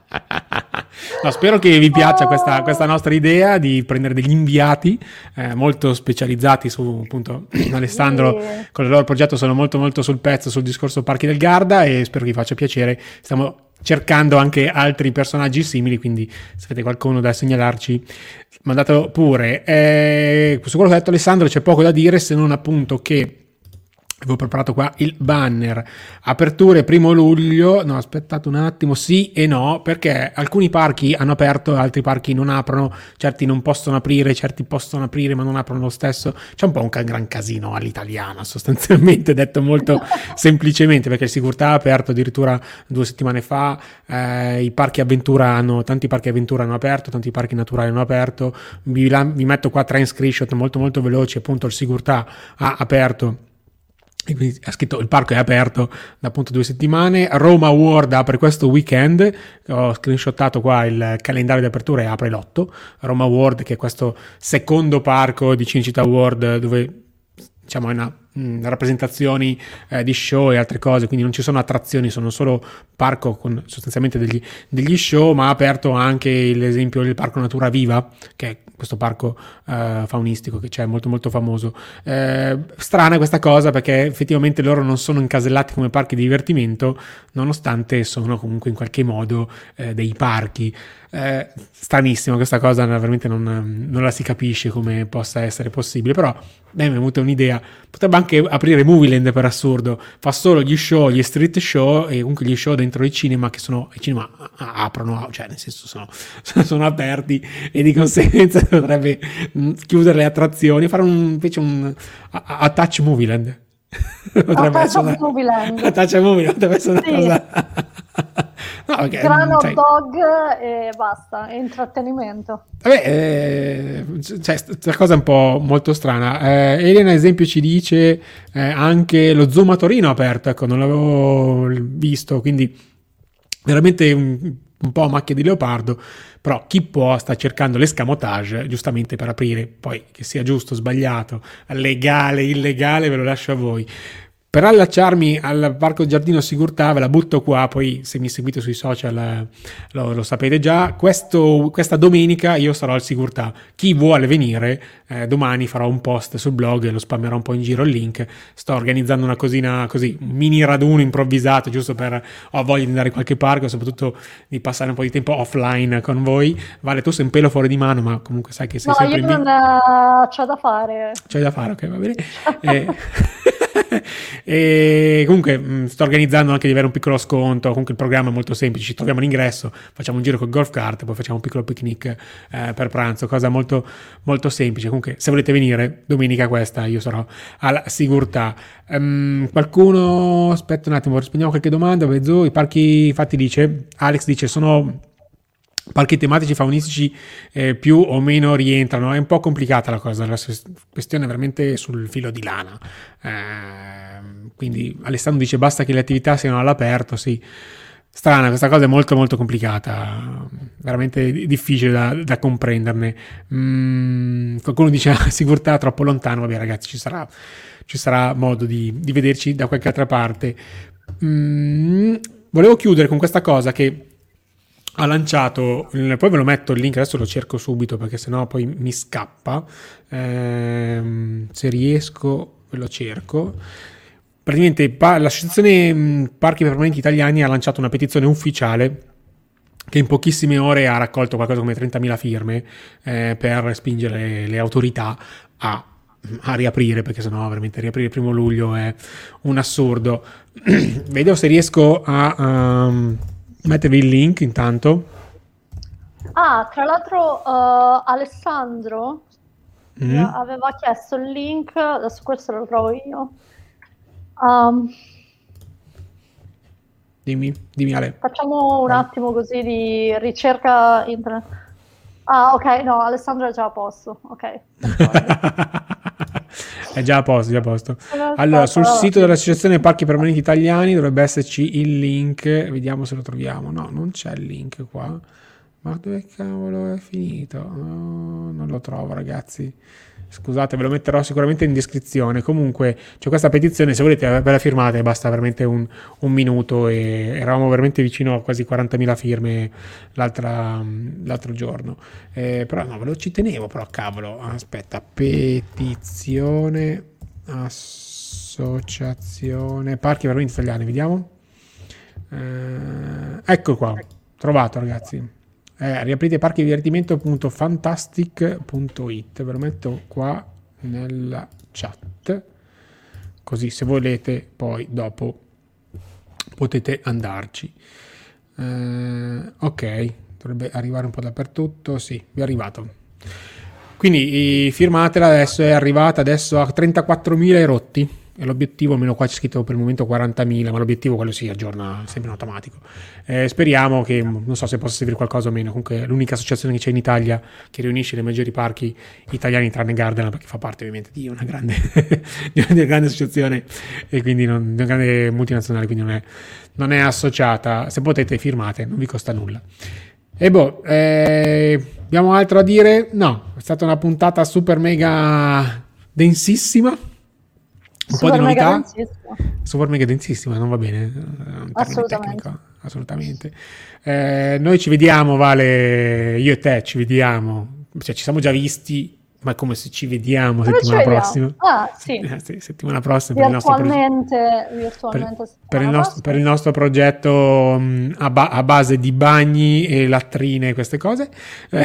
No, spero che vi piaccia questa, questa nostra idea di prendere degli inviati eh, molto specializzati su, appunto, Alessandro Sì. con il loro progetto sono molto molto sul pezzo sul discorso Parchi del Garda e spero che vi faccia piacere. Stiamo cercando anche altri personaggi simili, quindi se avete qualcuno da segnalarci mandatelo pure. Eh, su quello che ha detto Alessandro c'è poco da dire, se non appunto che avevo preparato qua il banner. Aperture primo luglio. No, aspettate un attimo. Sì e no, perché alcuni parchi hanno aperto e altri parchi non aprono. Certi non possono aprire, certi possono aprire ma non aprono lo stesso. C'è un po' un gran casino all'italiana, sostanzialmente, detto molto semplicemente, perché il Sigurtà ha aperto addirittura due settimane fa. Eh, I parchi avventura hanno, tanti parchi avventura hanno aperto, tanti parchi naturali hanno aperto. Vi, la, vi metto qua tre screenshot molto molto veloci. Appunto il Sigurtà ha aperto. E quindi ha scritto il parco è aperto da appunto due settimane. Roma World apre questo weekend, ho screenshottato qua il calendario di apertura e apre l'otto. Roma World, che è questo secondo parco di Cinecittà World dove diciamo è una mh, rappresentazioni eh, di show e altre cose, quindi non ci sono attrazioni, sono solo parco con sostanzialmente degli, degli show, ma ha aperto anche l'esempio del parco Natura Viva, che è questo parco uh, faunistico che c'è molto molto famoso. Eh, strana questa cosa perché effettivamente loro non sono incasellati come parchi di divertimento, nonostante sono comunque in qualche modo eh, dei parchi. Eh, stranissima questa cosa, veramente non, non la si capisce come possa essere possibile, però mi è venuta un'idea, potrebbe anche aprire Movieland per assurdo, fa solo gli show, gli street show e comunque gli show dentro i cinema che sono, i cinema aprono, cioè nel senso sono, sono aperti e di conseguenza potrebbe chiudere le attrazioni, fare un, invece un attach Movieland. Potrebbe essere Attach Movieland. Attach Movieland potrebbe essere Sì. una cosa... No, okay, Gran hot cioè, dog e basta, è intrattenimento. vabbè, eh, cioè, questa cosa è un po' molto strana. Eh, Elena, ad esempio, ci dice eh, anche lo Zoom a Torino aperto, ecco, non l'avevo visto, quindi veramente un, un po' a macchia di leopardo, però chi può sta cercando l'escamotage, giustamente per aprire, poi che sia giusto, sbagliato, legale, illegale, ve lo lascio a voi. Per allacciarmi al Parco Giardino Sigurtà, ve la butto qua, poi se mi seguite sui social lo, lo sapete già, questo, questa domenica io sarò al Sigurtà. Chi vuole venire, eh, domani farò un post sul blog e lo spammerò un po' in giro il link. Sto organizzando una cosina così, un mini raduno improvvisato, giusto per, ho voglia di andare in qualche parco, soprattutto di passare un po' di tempo offline con voi. Vale, tu sei un pelo fuori di mano, ma comunque sai che sei No, sempre io in non eh, c'ho da fare. C'hai da fare, ok, va bene. eh, e comunque mh, sto organizzando anche di avere un piccolo sconto. Comunque il programma è molto semplice, ci troviamo all'ingresso, facciamo un giro col golf cart, poi facciamo un piccolo picnic eh, per pranzo, cosa molto molto semplice. Comunque se volete venire domenica questa io sarò alla Sigurtà. Um, qualcuno, aspetta un attimo, rispondiamo a qualche domanda. Vedo i parchi, infatti dice Alex, dice sono parchi tematici faunistici eh, più o meno rientrano, è un po' complicata la cosa, la questione è veramente sul filo di lana. Eh, quindi Alessandro dice basta che le attività siano all'aperto, sì. Strana, questa cosa è molto molto complicata, veramente difficile da, da comprenderne. Mm, qualcuno dice ah, Sigurtà troppo lontano, vabbè ragazzi ci sarà, ci sarà modo di, di vederci da qualche altra parte. Mm, volevo chiudere con questa cosa che ha lanciato, poi ve lo metto il link, adesso lo cerco subito perché sennò poi mi scappa, ehm, se riesco ve lo cerco. Praticamente l'associazione Parchi Permanenti Italiani ha lanciato una petizione ufficiale che in pochissime ore ha raccolto qualcosa come trentamila firme eh, per spingere le, le autorità a, a riaprire, perché sennò veramente riaprire il primo luglio è un assurdo. Vedo se riesco a... Um, mettervi il link intanto. Ah, tra l'altro uh, Alessandro mm. aveva chiesto il link, adesso questo lo trovo io. Um, dimmi, dimmi Ale. Facciamo un ah. attimo così di ricerca internet. Ah, ok, no, Alessandro è già a posto, ok. È già a posto, già a posto. Allora, sul sito dell'Associazione Parchi Permanenti Italiani dovrebbe esserci il link, vediamo se lo troviamo. No, non c'è il link qua. Ma dove cavolo è finito? No, non lo trovo, ragazzi. Scusate, ve lo metterò sicuramente in descrizione. Comunque c'è questa petizione, se volete ve la firmate, basta veramente un, un minuto, e eravamo veramente vicino a quasi quarantamila firme l'altra, l'altro giorno. Eh, però no, ve lo ci tenevo, però cavolo. Aspetta, petizione Associazione Parchi Permanenti Italiani, vediamo. Eh, ecco qua, trovato, ragazzi. Eh, riaprite parchi di divertimento punto fantastic punto it, ve lo metto qua nella chat, così se volete poi dopo potete andarci. Eh, ok, dovrebbe arrivare un po' dappertutto. Sì, vi è arrivato, quindi firmatela. Adesso è arrivata adesso a trentaquattromila erotti, e l'obiettivo, almeno qua c'è scritto per il momento quarantamila, ma l'obiettivo quello si aggiorna sempre in automatico. Eh, speriamo che, non so se possa servire qualcosa o meno. Comunque l'unica associazione che c'è in Italia che riunisce le maggiori parchi italiani tranne Gardaland, perché fa parte ovviamente di una grande, di una grande associazione, e quindi non, di una grande multinazionale, quindi non è, non è associata. Se potete firmate, non vi costa nulla. E boh, eh, abbiamo altro a dire? No, è stata una puntata super mega densissima. Un super po' di novità, densissima. super mega densissima, non va bene? Assolutamente. Tecnico, assolutamente. Eh, noi ci vediamo, Vale, io e te ci vediamo, cioè ci siamo già visti, ma è come se ci vediamo Dove settimana ci prossima. Ah, sì. Eh, sì, settimana prossima per il nostro Virtualmente, progetto. virtualmente Per, settimana per, il nostro, prossima. per il nostro progetto mh, a, ba- a base di bagni e latrine e queste cose. Eh.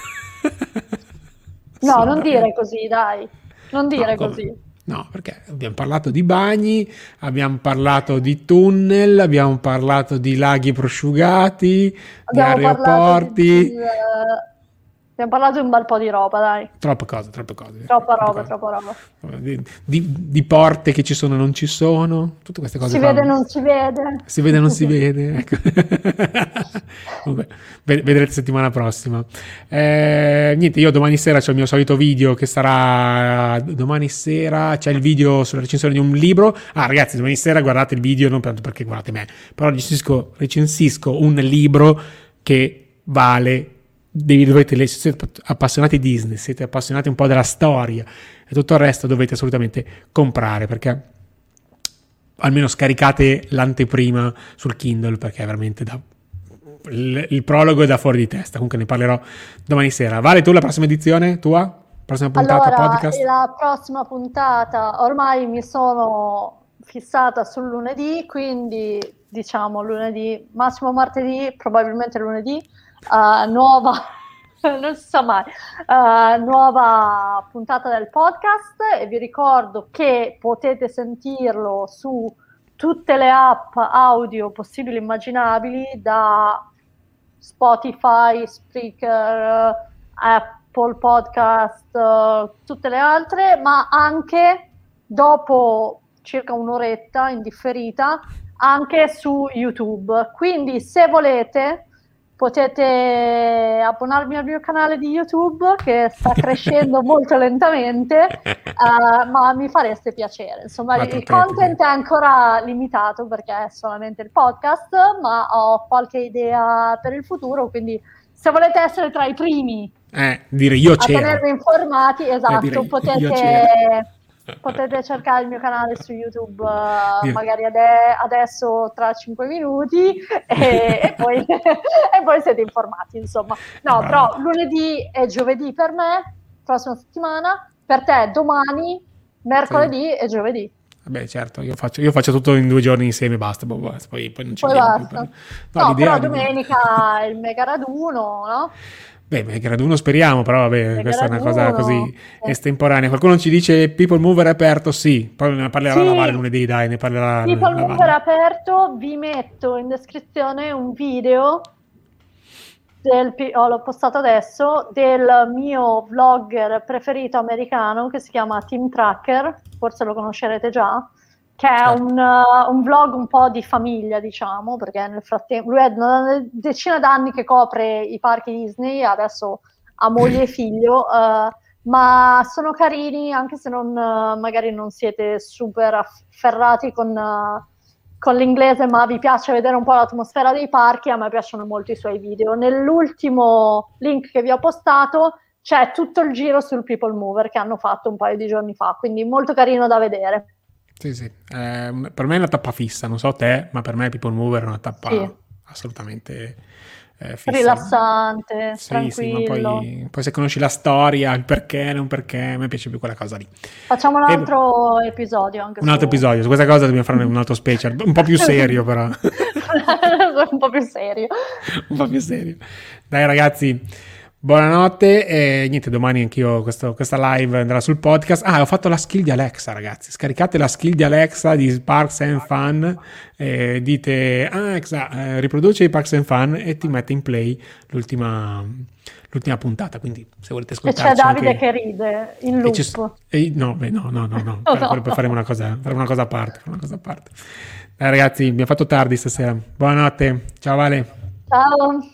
No, non dire così, dai. Non dire No, così. No, perché abbiamo parlato di bagni, abbiamo parlato di tunnel, abbiamo parlato di laghi prosciugati, Abbiamo di parlato aeroporti. di, di, eh, abbiamo parlato di un bel po' di roba, dai. Troppe cose, troppe cose. Troppa troppe roba, cose. troppa roba. Di, di, di porte che ci sono e non ci sono, tutte queste cose. Si qua. vede, non si vede. Si vede, non si vede. Ecco. Comunque, vedrete settimana prossima. Eh, niente, io domani sera c'è il mio solito video che sarà. Domani sera c'è il video sulla recensione di un libro. Ah, ragazzi, domani sera guardate il video, non tanto perché guardate me, però recensisco, recensisco un libro che vale. Devi, dovete, se siete appassionati di Disney, siete appassionati un po' della storia e tutto il resto, dovete assolutamente comprare, perché almeno scaricate l'anteprima sul Kindle, perché è veramente da il, il prologo è da fuori di testa. Comunque ne parlerò domani sera. Vale, tu la prossima edizione tua? Prossima puntata Allora, podcast? la prossima puntata ormai mi sono fissata sul lunedì, quindi diciamo lunedì, massimo martedì, probabilmente lunedì. Uh, nuova non si sa mai uh, nuova puntata del podcast, e vi ricordo che potete sentirlo su tutte le app audio possibili e immaginabili, da Spotify, Spreaker, Apple Podcast, uh, tutte le altre, ma anche dopo circa un'oretta in differita anche su YouTube. Quindi se volete potete abbonarvi al mio canale di YouTube, che sta crescendo molto lentamente, uh, ma mi fareste piacere. Insomma, il content è ancora limitato perché è solamente il podcast, ma ho qualche idea per il futuro, quindi se volete essere tra i primi eh, dire io a c'ero. tenervi informati, esatto, eh, potete... Potete cercare il mio canale su YouTube, uh, magari ade- adesso tra cinque minuti e, e, poi, e poi siete informati, insomma. No, Bravo. Però lunedì e giovedì per me, prossima settimana, per te domani, mercoledì sì. E giovedì. Beh, certo, io faccio, io faccio tutto in due giorni insieme, basta, poi, poi, poi non ci poi vediamo basta. più. No, no però domenica è il mega raduno, no? Beh, mega raduno speriamo, però vabbè, mega questa raduno, è una cosa così eh. estemporanea. Qualcuno ci dice People Mover è aperto, sì, poi ne parlerà sì. la Vale lunedì, dai, ne parlerà People la Mover è aperto, vi metto in descrizione un video del, oh, l'ho postato adesso, del mio vlogger preferito americano che si chiama Tim Tracker, forse lo conoscerete già, che è certo. un, uh, un vlog un po' di famiglia, diciamo, perché nel frattempo lui è una decina d'anni che copre i parchi Disney, adesso ha moglie e figlio, uh, ma sono carini, anche se non, magari non siete super afferrati con, con l'inglese, ma vi piace vedere un po' l'atmosfera dei parchi. A me piacciono molto i suoi video. Nell'ultimo link che vi ho postato c'è tutto il giro sul People Mover che hanno fatto un paio di giorni fa, quindi molto carino da vedere. Sì, sì. Eh, per me è una tappa fissa, non so te, ma per me People Mover è una tappa sì. assolutamente eh, fissa. Rilassante, sì, tranquillo. Sì, ma poi, poi se conosci la storia, il perché, non perché, a me piace più quella cosa lì. Facciamo un altro e... episodio. Anche un su... altro episodio, su questa cosa dobbiamo fare un altro special, un po' più serio però. un po' più serio. un po' più serio. Dai ragazzi. Buonanotte e niente, domani anch'io questo, questa live andrà sul podcast. Ah, ho fatto la skill di Alexa, ragazzi. Scaricate la skill di Alexa di Parks and Fun e dite Alexa, eh, riproduce i Parks and Fun e ti mette in play l'ultima, l'ultima puntata. Quindi se volete ascoltarci. E c'è Davide anche... che ride in loop. E, no, beh, no, no, no, no. Oh, no. Per fare una cosa, fare una cosa a parte. Una cosa a parte. Dai ragazzi, mi ha fatto tardi stasera. Buonanotte. Ciao Vale. Ciao.